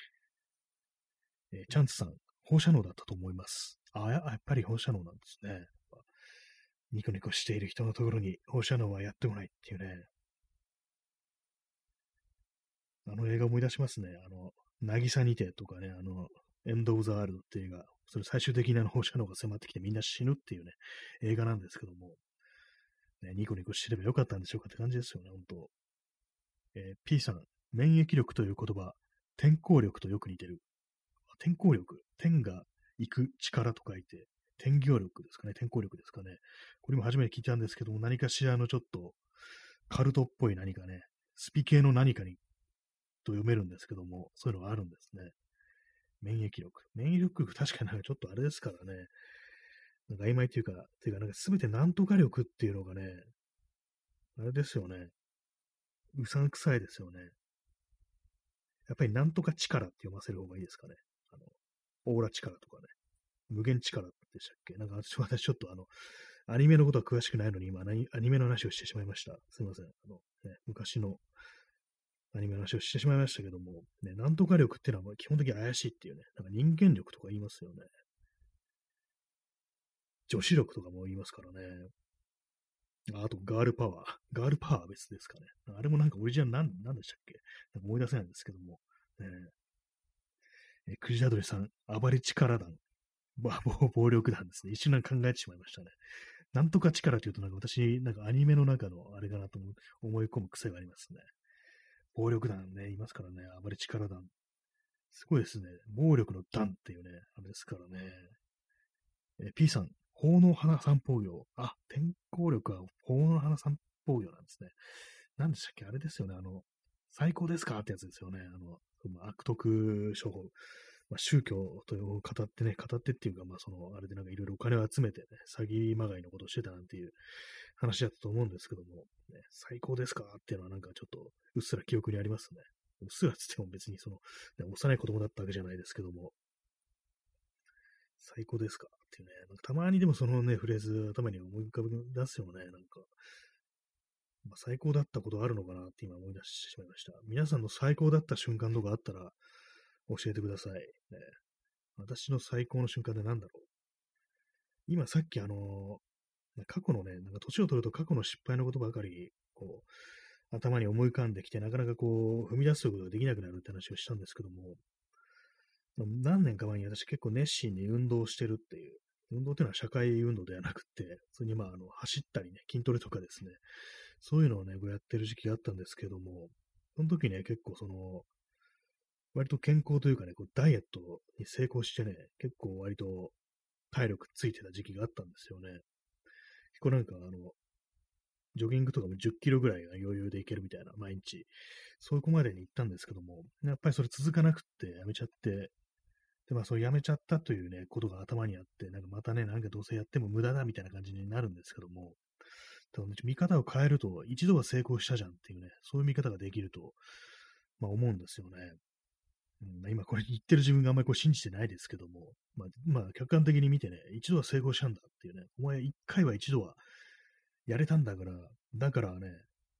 Speaker 1: チャンツさん、放射能だったと思います。やっぱり放射能なんですね。ニコニコしている人のところに放射能はやってこないっていうね、あの映画思い出しますね。渚にてとかね、エンド・オブ・ザ・ワールドっていう映画、それ最終的に放射能が迫ってきてみんな死ぬっていうね、映画なんですけども、ね、ニコニコしてればよかったんでしょうかって感じですよね、本当。P さん、免疫力という言葉、天候力とよく似てる。 天候力、天が行く力と書いて、天行力ですかね、天候力ですかね。これも初めて聞いたんですけども、何かしらのちょっとカルトっぽい何かね、スピ系の何かにと読めるんですけども、そういうのがあるんですね。免疫力。免疫力、確かになんかちょっとあれですからね、なんか曖昧というか、なんか全てなんとか力っていうのがね、あれですよね、うさんくさいですよね。やっぱりなんとか力って読ませる方がいいですかね。あの、オーラ力とかね、無限力でしたっけ。なんか私ちょっとアニメのことは詳しくないのに今、アニメの話をしてしまいました。すいません。昔のアニメの話をしてしまいましたけども、ね、なんとか力っていうのは基本的に怪しいっていうね、なんか人間力とか言いますよね。女子力とかも言いますからね。あと、ガールパワー。ガールパワーは別ですかね。あれもなんかオリジナルなんでしたっけ。なんか思い出せないんですけども。クジラドリさん、暴れ力団。暴力団ですね。一瞬なんか考えてしまいましたね。なんとか力というと、なんか私、なんかアニメの中のあれかなと思い込む癖がありますね。暴力団ね、いますからね。暴れ力団。すごいですね。暴力の団っていうね、あれですからね。P さん、法の花散歩業。あ、天候力は法の花散歩業なんですね。何でしたっけあれですよね。最高ですかってやつですよね。悪徳商法。宗教という語ってね、語ってっていうか、あれでなんかいろいろお金を集めてね、詐欺まがいのことをしてたなんていう話だったと思うんですけども、ね、最高ですかっていうのはなんかちょっと、うっすら記憶にありますね。うっすらつっても別にね、幼い子供だったわけじゃないですけども、最高ですかっていうね、なんかたまにでもそのね、フレーズ頭に思い浮かべ出すよね、なんか。最高だったことあるのかなって今思い出してしまいました。皆さんの最高だった瞬間とかあったら教えてください。ね、私の最高の瞬間で何だろう。今さっき過去のね、なんか年を取ると過去の失敗のことばかり、頭に思い浮かんできて、なかなか踏み出すということができなくなるって話をしたんですけども、何年か前に私結構熱心に運動をしてるっていう、運動っていうのは社会運動ではなくて、普通に走ったりね、筋トレとかですね、そういうのをね、やってる時期があったんですけども、その時ね、結構割と健康というかね、ダイエットに成功してね、結構割と体力ついてた時期があったんですよね。結構なんかジョギングとかも10キロぐらいが余裕でいけるみたいな、毎日。そういうこまでに行ったんですけども、やっぱりそれ続かなくってやめちゃって、で、それやめちゃったというね、ことが頭にあって、なんかまたね、なんかどうせやっても無駄だみたいな感じになるんですけども、多分見方を変えると、一度は成功したじゃんっていうね、そういう見方ができると、思うんですよね。今これ言ってる自分があんまり信じてないですけども、客観的に見てね、一度は成功したんだっていうね、お前一回は一度はやれたんだから、だからね、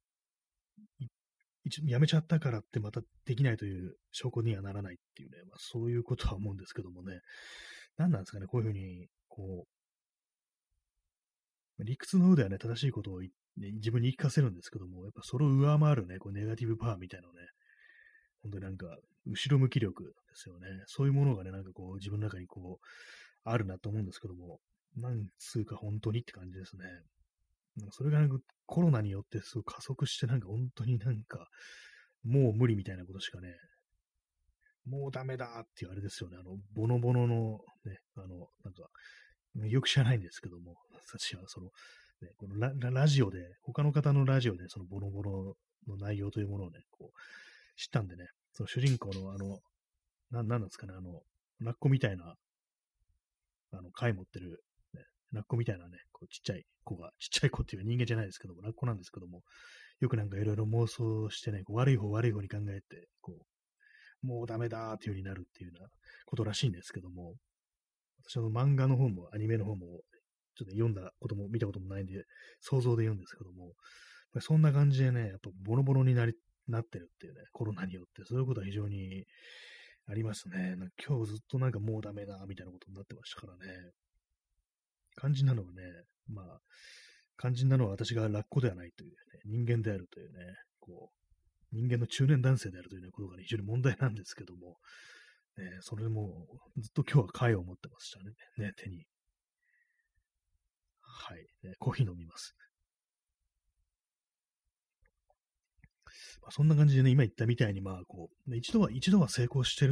Speaker 1: やめちゃったからってまたできないという証拠にはならないっていうね、そういうことは思うんですけどもね、何なんですかね、こういうふうに、理屈の上ではね、正しいことを自分に言い聞かせるんですけども、やっぱそれを上回るね、ネガティブパワーみたいなのね、本当になんか、後ろ向き力ですよね。そういうものがね、なんか自分の中にあるなと思うんですけども、なんつうか本当にって感じですね。なんかそれがなんかコロナによってすごい加速して、なんか本当になんか、もう無理みたいなことしかね、もうダメだっていうあれですよね。ボノボノのね、なんか、よく知らないんですけども、私はね、このラジオで、他の方のラジオでそのボノボノの内容というものをね、知ったんでね、その主人公のなんですかね、ラッコみたいな、貝持ってる、ね、ラッコみたいなね、ちっちゃい子が、ちっちゃい子っていう人間じゃないですけども、ラッコなんですけども、よくなんかいろいろ妄想してね、悪い方に考えて、もうダメだーっていう風になるっていうようなことらしいんですけども、私は漫画の方もアニメの方も、ちょっと読んだことも見たこともないんで、想像で言うんですけども、そんな感じでね、やっぱボロボロになってるっていうね、コロナによって、そういうことは非常にありますね。なんか今日ずっとなんかもうダメだ、みたいなことになってましたからね。肝心なのはね、肝心なのは私がラッコではないというね、人間であるというね、人間の中年男性であるという、ね、ことが、ね、非常に問題なんですけども、それでもうずっと今日は貝を持ってましたね、手に。はい、コーヒー飲みます。そんな感じでね、今言ったみたいに、一度は成功してるんだっ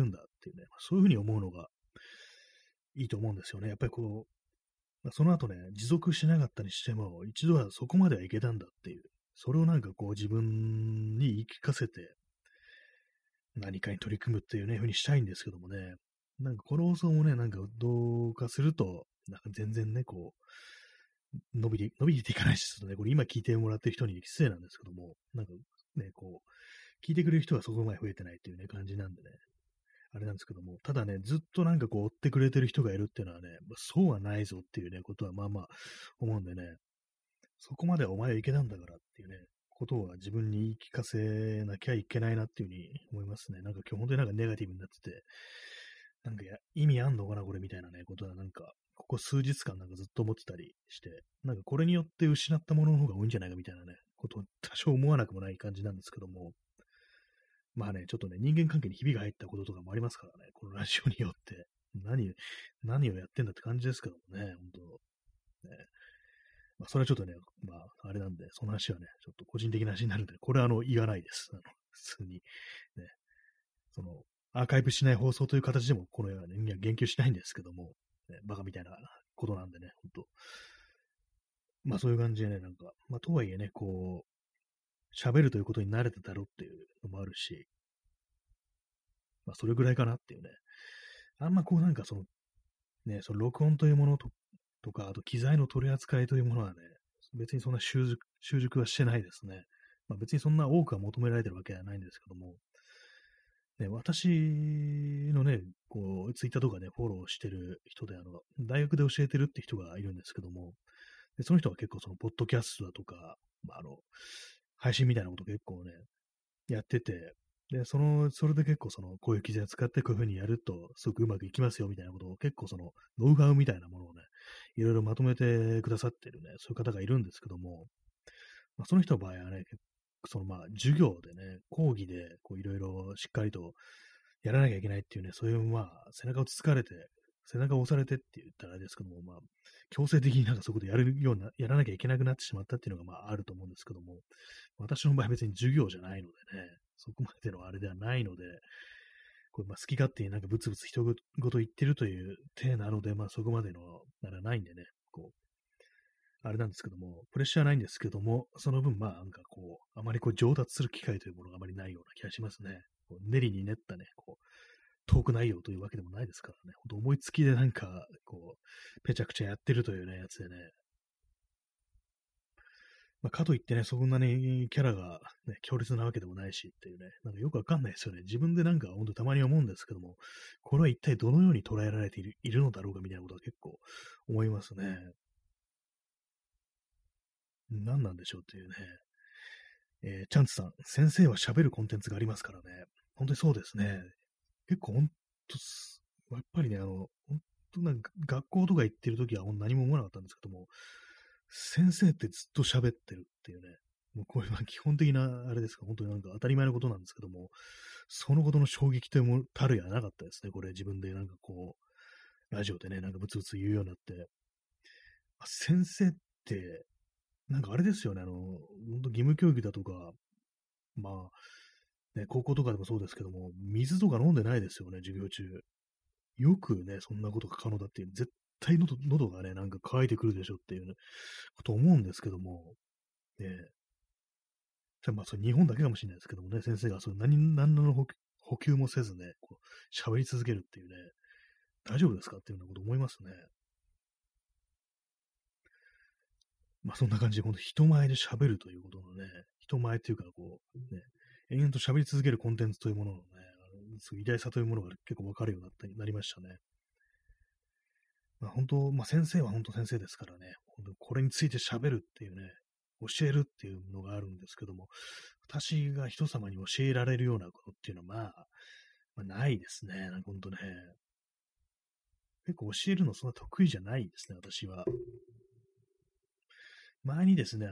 Speaker 1: っていうね、そういうふうに思うのがいいと思うんですよね。やっぱりこう、その後ね、持続しなかったにしても、一度はそこまではいけたんだっていう、それをなんかこう自分に言い聞かせて、何かに取り組むっていうね、風にしたいんですけどもね、なんかこの放送もね、なんかどうかすると、なんか全然ね、こ伸びていかないし、ちょっとね、これ今聞いてもらってる人に失礼なんですけども、なんかね、こう、聞いてくれる人がそこまで増えてないっていうね、感じなんでね、あれなんですけども、ただね、ずっとなんかこう追ってくれてる人がいるっていうのはね、そうはないぞっていうね、ことはまあまあ思うんでね、そこまでお前はいけたんだからっていうね、ことは自分に言い聞かせなきゃいけないなっていうふうに思いますね。なんか今日本当になんかネガティブになってて、なんか意味あんのかなこれみたいなね、ことはなんか、ここ数日間なんかずっと思ってたりして、なんかこれによって失ったものの方が多いんじゃないかみたいなね、ことを多少思わなくもない感じなんですけども、まあね、ちょっとね、人間関係にひびが入ったこととかもありますからね、このラジオによって。何をやってんだって感じですけどもね、本当ね。まあ、それはちょっとね、まあ、あれなんで、その話はね、ちょっと個人的な話になるんで、これは言わないです。普通に。ね、その、アーカイブしない放送という形でも、このようなね、言及しないんですけども、ね、バカみたいなことなんでね、本当まあそういう感じでね、なんか、まあとはいえね、こう、喋るということに慣れてたろっていうのもあるし、まあそれぐらいかなっていうね。あんまこうなんかその、ね、その録音というものとか、あと機材の取り扱いというものはね、別にそんな習熟はしてないですね。まあ別にそんな多くは求められてるわけではないんですけども、ね、私のね、こう、ツイッターとかね、フォローしてる人で、大学で教えてるって人がいるんですけども、でその人は結構その、ポッドキャストだとか、まあ、配信みたいなこと結構ね、やってて、で、それで結構こういう機材を使ってこういう風にやると、すごくうまくいきますよみたいなことを結構ノウハウみたいなものをね、いろいろまとめてくださってるね、そういう方がいるんですけども、まあ、その人の場合はね、まあ、授業でね、講義で、こう、いろいろしっかりとやらなきゃいけないっていうね、そういう、まあ、背中をつつかれて、背中を押されてって言ったらあれですけども、まあ、強制的になんかそこでやらなきゃいけなくなってしまったっていうのが、まあ、あると思うんですけども、私の場合は別に授業じゃないのでね、そこまでのあれではないので、これまあ好き勝手になんかブツブツ人ごと言ってるという体なので、まあそこまでのならないんでね、こう、あれなんですけども、プレッシャーないんですけども、その分、まあ、なんかこう、あまりこう上達する機会というものがあまりないような気がしますね。こう練りに練ったね、こう、トーク内容というわけでもないですからね、ほんと思いつきでなんか、こう、ぺちゃくちゃやってるというね、やつでね、まあ、かといってね、そんなにキャラが、ね、強烈なわけでもないしっていうね、なんかよくわかんないですよね。自分でなんかほんとたまに思うんですけども、これは一体どのように捉えられているのだろうかみたいなことは結構思いますね。何なんでしょうっていうね。チャンツさん、先生は喋るコンテンツがありますからね。本当にそうですね。結構本当やっぱりね、本当なんか学校とか行ってる時は何も思わなかったんですけども、先生ってずっと喋ってるっていうね、もうこれは基本的な、あれですか、本当になんか当たり前のことなんですけども、そのことの衝撃というものたるやなかったですね。これ自分でなんかこう、ラジオでね、なんかブツブツ言うようになって、先生って、なんかあれですよね、本当義務教育だとか、まあ、ね、高校とかでもそうですけども、水とか飲んでないですよね、授業中。よくね、そんなことが可能だっていう、絶対喉がね、なんか渇いてくるでしょっていうね、こと思うんですけども、ね、まあ、それ日本だけかもしれないですけどもね、先生が何らの補給もせずね、こう、喋り続けるっていうね、大丈夫ですかっていうようなこと思いますね。まあ、そんな感じで、人前で喋るということのね、人前っていうか、こう、ね、延々と喋り続けるコンテンツというもののね、そういう偉大さというものが結構わかるようなりましたね。まあ、本当、まあ、先生は本当先生ですからね、本当これについて喋るっていうね、教えるっていうのがあるんですけども、私が人様に教えられるようなことっていうのは、ないですね。なんか本当ね、結構教えるのそんな得意じゃないですね、私は。前にですね、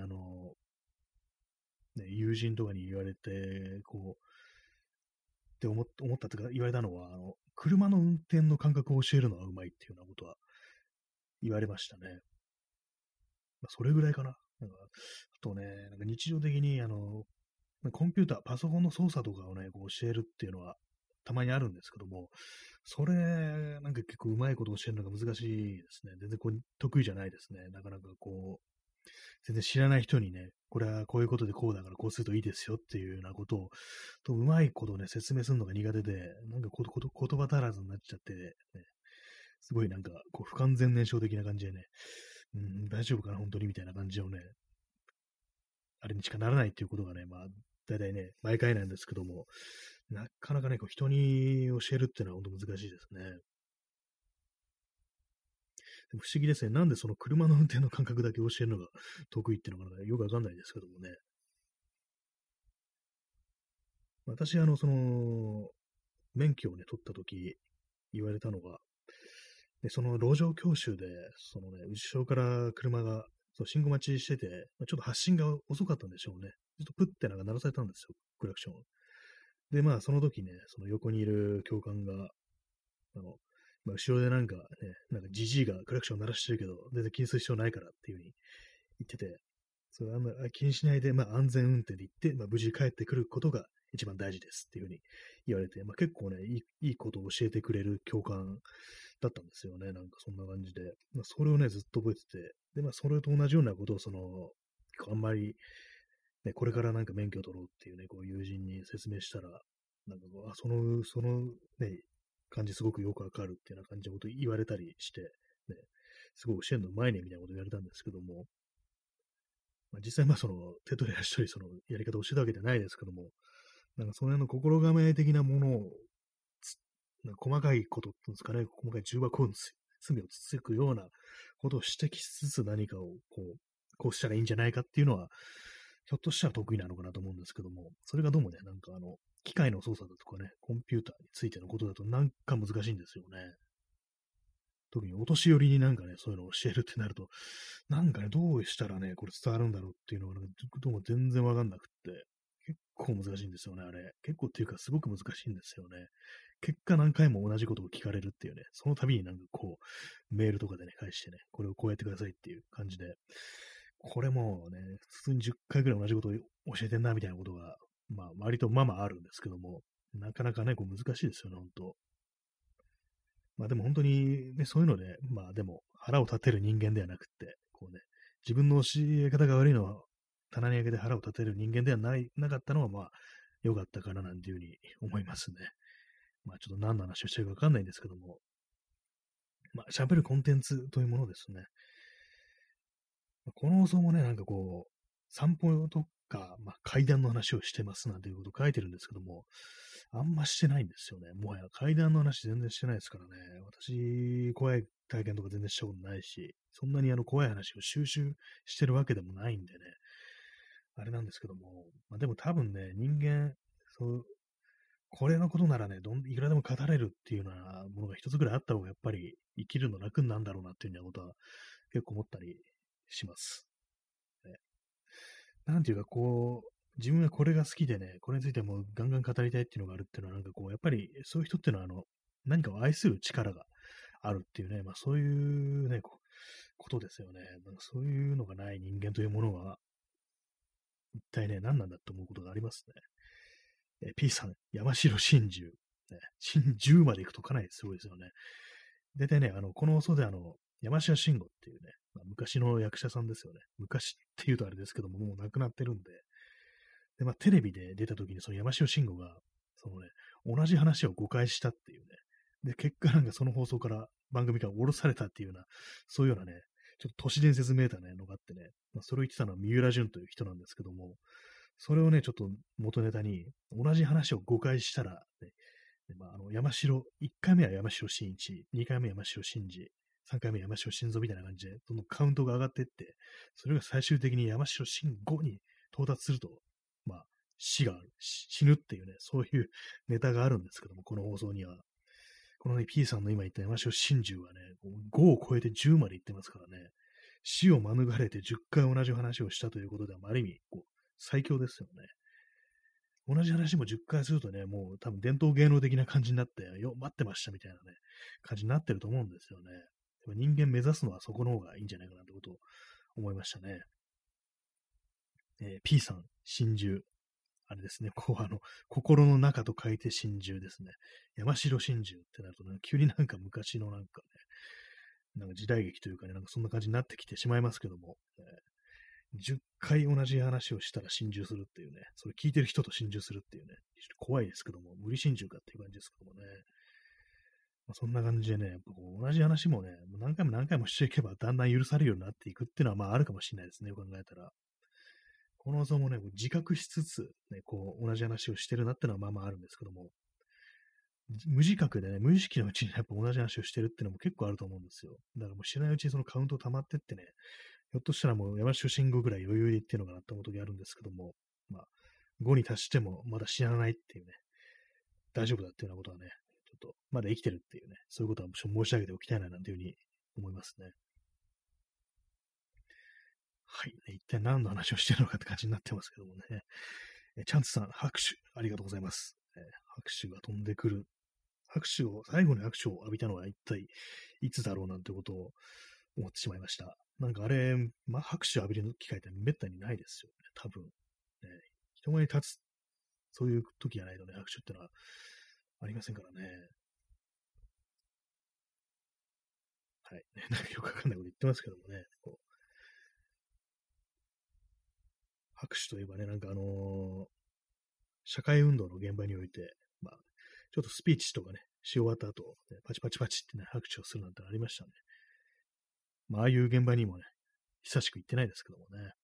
Speaker 1: ね、友人とかに言われて、こう、って思ったというか、言われたのは、車の運転の感覚を教えるのはうまいっていうようなことは言われましたね。まあ、それぐらいかな。なんか、あとね、なんか日常的に、コンピューター、パソコンの操作とかをね、こう教えるっていうのは、 たまにあるんですけども、それ、なんか結構うまいこと教えるのが難しいですね。全然こう得意じゃないですね。なかなかこう、全然知らない人にね、これはこういうことでこうだからこうするといいですよっていうようなことを、うまいことね、説明するのが苦手で、なんか言葉足らずになっちゃって、ね、すごいなんか、こう、不完全燃焼的な感じでね、うん、大丈夫かな、本当にみたいな感じのね、あれにしかならないっていうことがね、まあ、大体ね、毎回なんですけども、なかなかね、こう人に教えるっていうのは本当難しいですね。でも不思議ですね。なんでその車の運転の感覚だけ教えるのが得意っていうのかな、よくわかんないですけどもね。私、免許をね、取ったとき、言われたのが、で、その路上教習で、そのね、後ろから車が、そう、信号待ちしてて、ちょっと発進が遅かったんでしょうね。ちょっとプッてなんか鳴らされたんですよ、クラクション。で、まあ、その時ね、その横にいる教官が、後ろでなんかね、なんかジジイがクラクション鳴らしてるけど、全然気にする必要ないからっていう風に言ってて、それあんま気にしないで、まあ、安全運転で行って、まあ、無事帰ってくることが一番大事ですっていう風に言われて、まあ、結構ね、いいことを教えてくれる教官だったんですよね。なんかそんな感じで。まあ、それをね、ずっと覚えてて、で、まあ、それと同じようなことを、あんまり、ね、これからなんか免許を取ろうっていうね、こう友人に説明したら、なんかこう、そのね、感じすごくよくわかるっていうような感じのこと言われたりして、ね、すごい教えるのうまいねみたいなこと言われたんですけども、まあ、実際まあその手取り足取りそのやり方を教えたわけじゃないですけども、なんかその辺の心構え的なものをなんか細かいことっていうんですかね、細かい重箱の隅をつつくようなことを指摘しつつ何かをこうしたらいいんじゃないかっていうのは、ひょっとしたら得意なのかなと思うんですけども、それがどうもね、なんか機械の操作だとかね、コンピューターについてのことだとなんか難しいんですよね。特にお年寄りになんかね、そういうのを教えるってなると、なんかね、どうしたらね、これ伝わるんだろうっていうのが、ね、どうも全然わかんなくって、結構難しいんですよね、あれ。結構っていうか、すごく難しいんですよね。結果何回も同じことを聞かれるっていうね、その度になんかこう、メールとかでね、返してね、これをこうやってくださいっていう感じで、これもうね、普通に10回ぐらい同じことを教えてんな、みたいなことが、まあ、割とまあまああるんですけども、なかなかね、こう難しいですよね、本当。まあでも本当にね、そういうので、まあでも腹を立てる人間ではなくって、こうね、自分の教え方が悪いのは棚に上げて腹を立てる人間ではなかったのはまあ良かったかななんていうふうに思いますね。まあちょっと何の話をしてるかわかんないんですけども、まあ喋るコンテンツというものですね。この放送もね、なんかこう、散歩とか、まあ、階段の話をしてますなんていうこと書いてるんですけども、あんましてないんですよね。もはや階段の話全然してないですからね。私、怖い体験とか全然したことないし、そんなに怖い話を収集してるわけでもないんでね、あれなんですけども、まあ、でも多分ね、人間、そう、これのことならね、いくらでも語れるっていうようなものが一つぐらいあった方がやっぱり生きるの楽になるんだろうなっていうようなことは結構思ったりします。ね、なんていうか、こう、自分はこれが好きでね、これについてもうガンガン語りたいっていうのがあるっていうのは、なんかこう、やっぱりそういう人っていうのは、何かを愛する力があるっていうね、まあそういうね、ことですよね。なんかそういうのがない人間というものは、一体ね、何なんだと思うことがありますね。P さん、山城真珠。ね、真珠まで行くとかなりすごいですよね。大体ね、この放送で山城慎吾っていうね、まあ、昔の役者さんですよね。昔っていうとあれですけども、もう亡くなってるんで、で、まあ、テレビで出た時に、その山城慎吾が、そのね、同じ話を誤解したっていうね、で、結果なんかその放送から番組から降ろされたっていうような、そういうようなね、ちょっと都市伝説めいたね、のがあってね、まあ、それを言ってたのは三浦淳という人なんですけども、それをね、ちょっと元ネタに、同じ話を誤解したら、ね、でまあ、1回目は山城真一、2回目は山城真二、3回目は山城真三みたいな感じで、どんどんカウントが上がっていって、それが最終的に山城真吾に到達すると、まあ、死ぬっていうね、そういうネタがあるんですけども、この放送には。このね、P さんの今言った山城真珠はね、5を超えて10まで行ってますからね、死を免れて10回同じ話をしたということでは、ある意味、最強ですよね。同じ話も10回するとね、もう多分伝統芸能的な感じになって、待ってましたみたいなね、感じになってると思うんですよね。人間目指すのはそこの方がいいんじゃないかなってことを思いましたね。P さん、真珠、 あれですね、こう、心の中と書いて心中ですね。山城心中ってなるとね、急になんか昔のなんかね、なんか時代劇というかね、なんかそんな感じになってきてしまいますけども、10回同じ話をしたら心中するっていうね、それ聞いてる人と心中するっていうね、非常に怖いですけども、無理心中かっていう感じですけどもね。まあ、そんな感じでね、やっぱこう同じ話もね、もう何回も何回もしていけばだんだん許されるようになっていくっていうのはまああるかもしれないですね、よく考えたら。この謎もね、こう自覚しつつ、ね、こう同じ話をしてるなっていうのはまあまああるんですけども、無自覚でね、無意識のうちにやっぱ同じ話をしてるっていうのも結構あると思うんですよ。だからもう知らないうちにそのカウント溜まってってね、ひょっとしたらもう山下信号ぐらい余裕で言ってるのかなって思う時あるんですけども、まあ、5に達してもまだ知らないっていうね、大丈夫だっていうようなことはね、ちょっとまだ生きてるっていうね、そういうことは申し上げておきたいななんていうふうに思いますね。はい、ね。一体何の話をしてるのかって感じになってますけどもね。チャンツさん、拍手、ありがとうございます。拍手が飛んでくる。最後に拍手を浴びたのは一体いつだろうなんてことを思ってしまいました。なんかあれ、まあ、拍手を浴びる機会ってめったにないですよね、多分。ね、人前に立つ、そういう時じゃないとね、拍手ってのはありませんからね。はい。なんかよくわかんないこと言ってますけどもね。こう拍手といえばね、なんか社会運動の現場において、まあ、ちょっとスピーチとかね、し終わった後、ね、パチパチパチってね、拍手をするなんてありましたね。まあ、ああいう現場にもね、久しく行ってないですけどもね。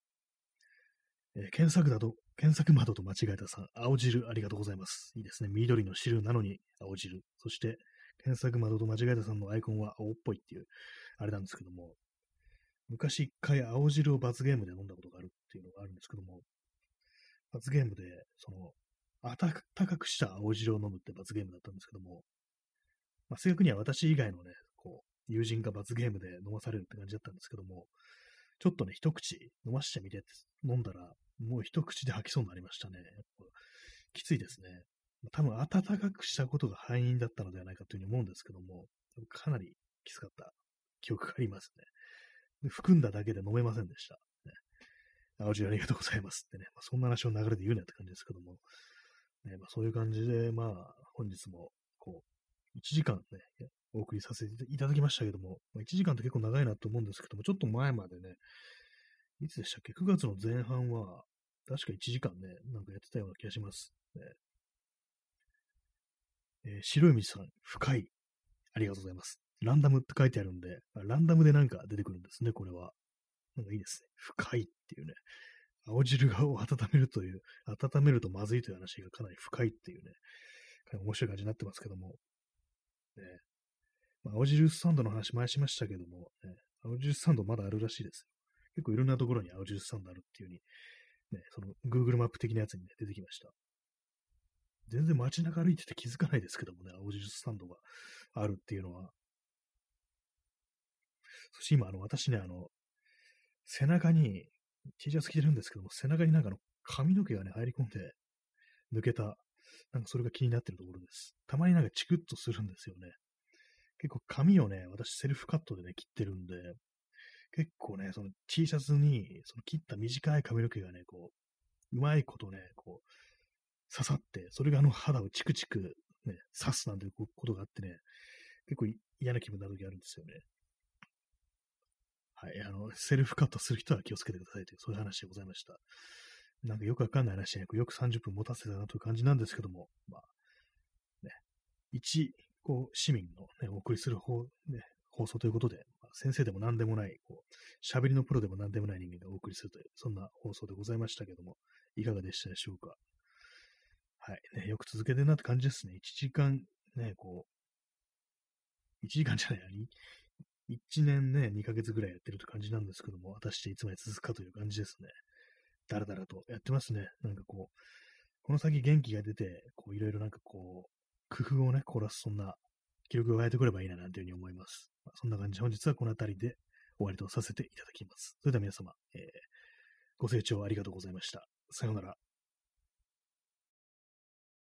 Speaker 1: 検索窓と間違えたさん、青汁ありがとうございます。いいですね。緑の汁なのに青汁。そして、検索窓と間違えたさんのアイコンは青っぽいっていう、あれなんですけども、昔一回青汁を罰ゲームで飲んだことがあるっていうのがあるんですけども、罰ゲームで、温かくした青汁を飲むって罰ゲームだったんですけども、まあ、正確には私以外のね、こう、友人が罰ゲームで飲まされるって感じだったんですけども、ちょっとね、一口飲ましてみてって飲んだら、もう一口で吐きそうになりましたね。やっぱきついですね。多分、温かくしたことが敗因だったのではないかというふうに思うんですけども、かなりきつかった記憶がありますね。で含んだだけで飲めませんでした。ね、青汁ありがとうございますってね、まあ、そんな話を流れで言うなって感じですけども、ね、まあ、そういう感じで、まあ、本日も、こう、1時間ね、お送りさせていただきましたけども、まあ、1時間って結構長いなと思うんですけども、ちょっと前までね、いつでしたっけ？ 9 月の前半は、確か1時間ね、なんかやってたような気がします。ね白い道さん、深い。ありがとうございます。ランダムって書いてあるんで、ランダムでなんか出てくるんですね、これは。なんかいいですね。深いっていうね。青汁を温めるという、温めるとまずいという話がかなり深いっていうね、面白い感じになってますけども、ね、まあ、青汁サンドの話前しましたけども、ね、青汁サンドまだあるらしいですよ。結構いろんなところに青汁サンドあるっていう風に、ね、その Google マップ的なやつに、ね、出てきました。全然街中歩いてて気づかないですけどもね、青汁サンドがあるっていうのは。そして今、私ね、背中に T シャツ着てるんですけども、背中になんか髪の毛がね、入り込んで抜けた、なんかそれが気になってるところです。たまになんかチクッとするんですよね。結構髪をね、私セルフカットでね、切ってるんで、結構ね、その T シャツに、その切った短い髪の毛がね、こう、うまいことね、こう、刺さって、それが肌をチクチク、ね、刺すなんていうことがあってね、結構嫌な気分になる時あるんですよね。はい、セルフカットする人は気をつけてくださいという、そういう話でございました。なんかよくわかんない話で、ね、よく30分持たせたなという感じなんですけども、まあ、ね、一、こう、市民のね、お送りするね、放送ということで、まあ、先生でも何でもない、こう、喋りのプロでも何でもない人間がお送りするという、そんな放送でございましたけども、いかがでしたでしょうか。はい。ね、よく続けてるなって感じですね。1時間、ね、こう、1時間じゃない、1年ね、2ヶ月ぐらいやってるって感じなんですけども、果たしていつまで続くかという感じですね。だらだらとやってますね。なんかこう、この先元気が出て、こう、いろいろなんかこう、工夫をね、凝らす、そんな記録が湧いてくればいいな、なんていうふうに思います。まあ、そんな感じで、本日はこの辺りで終わりとさせていただきます。それでは皆様、ご清聴ありがとうございました。さようなら。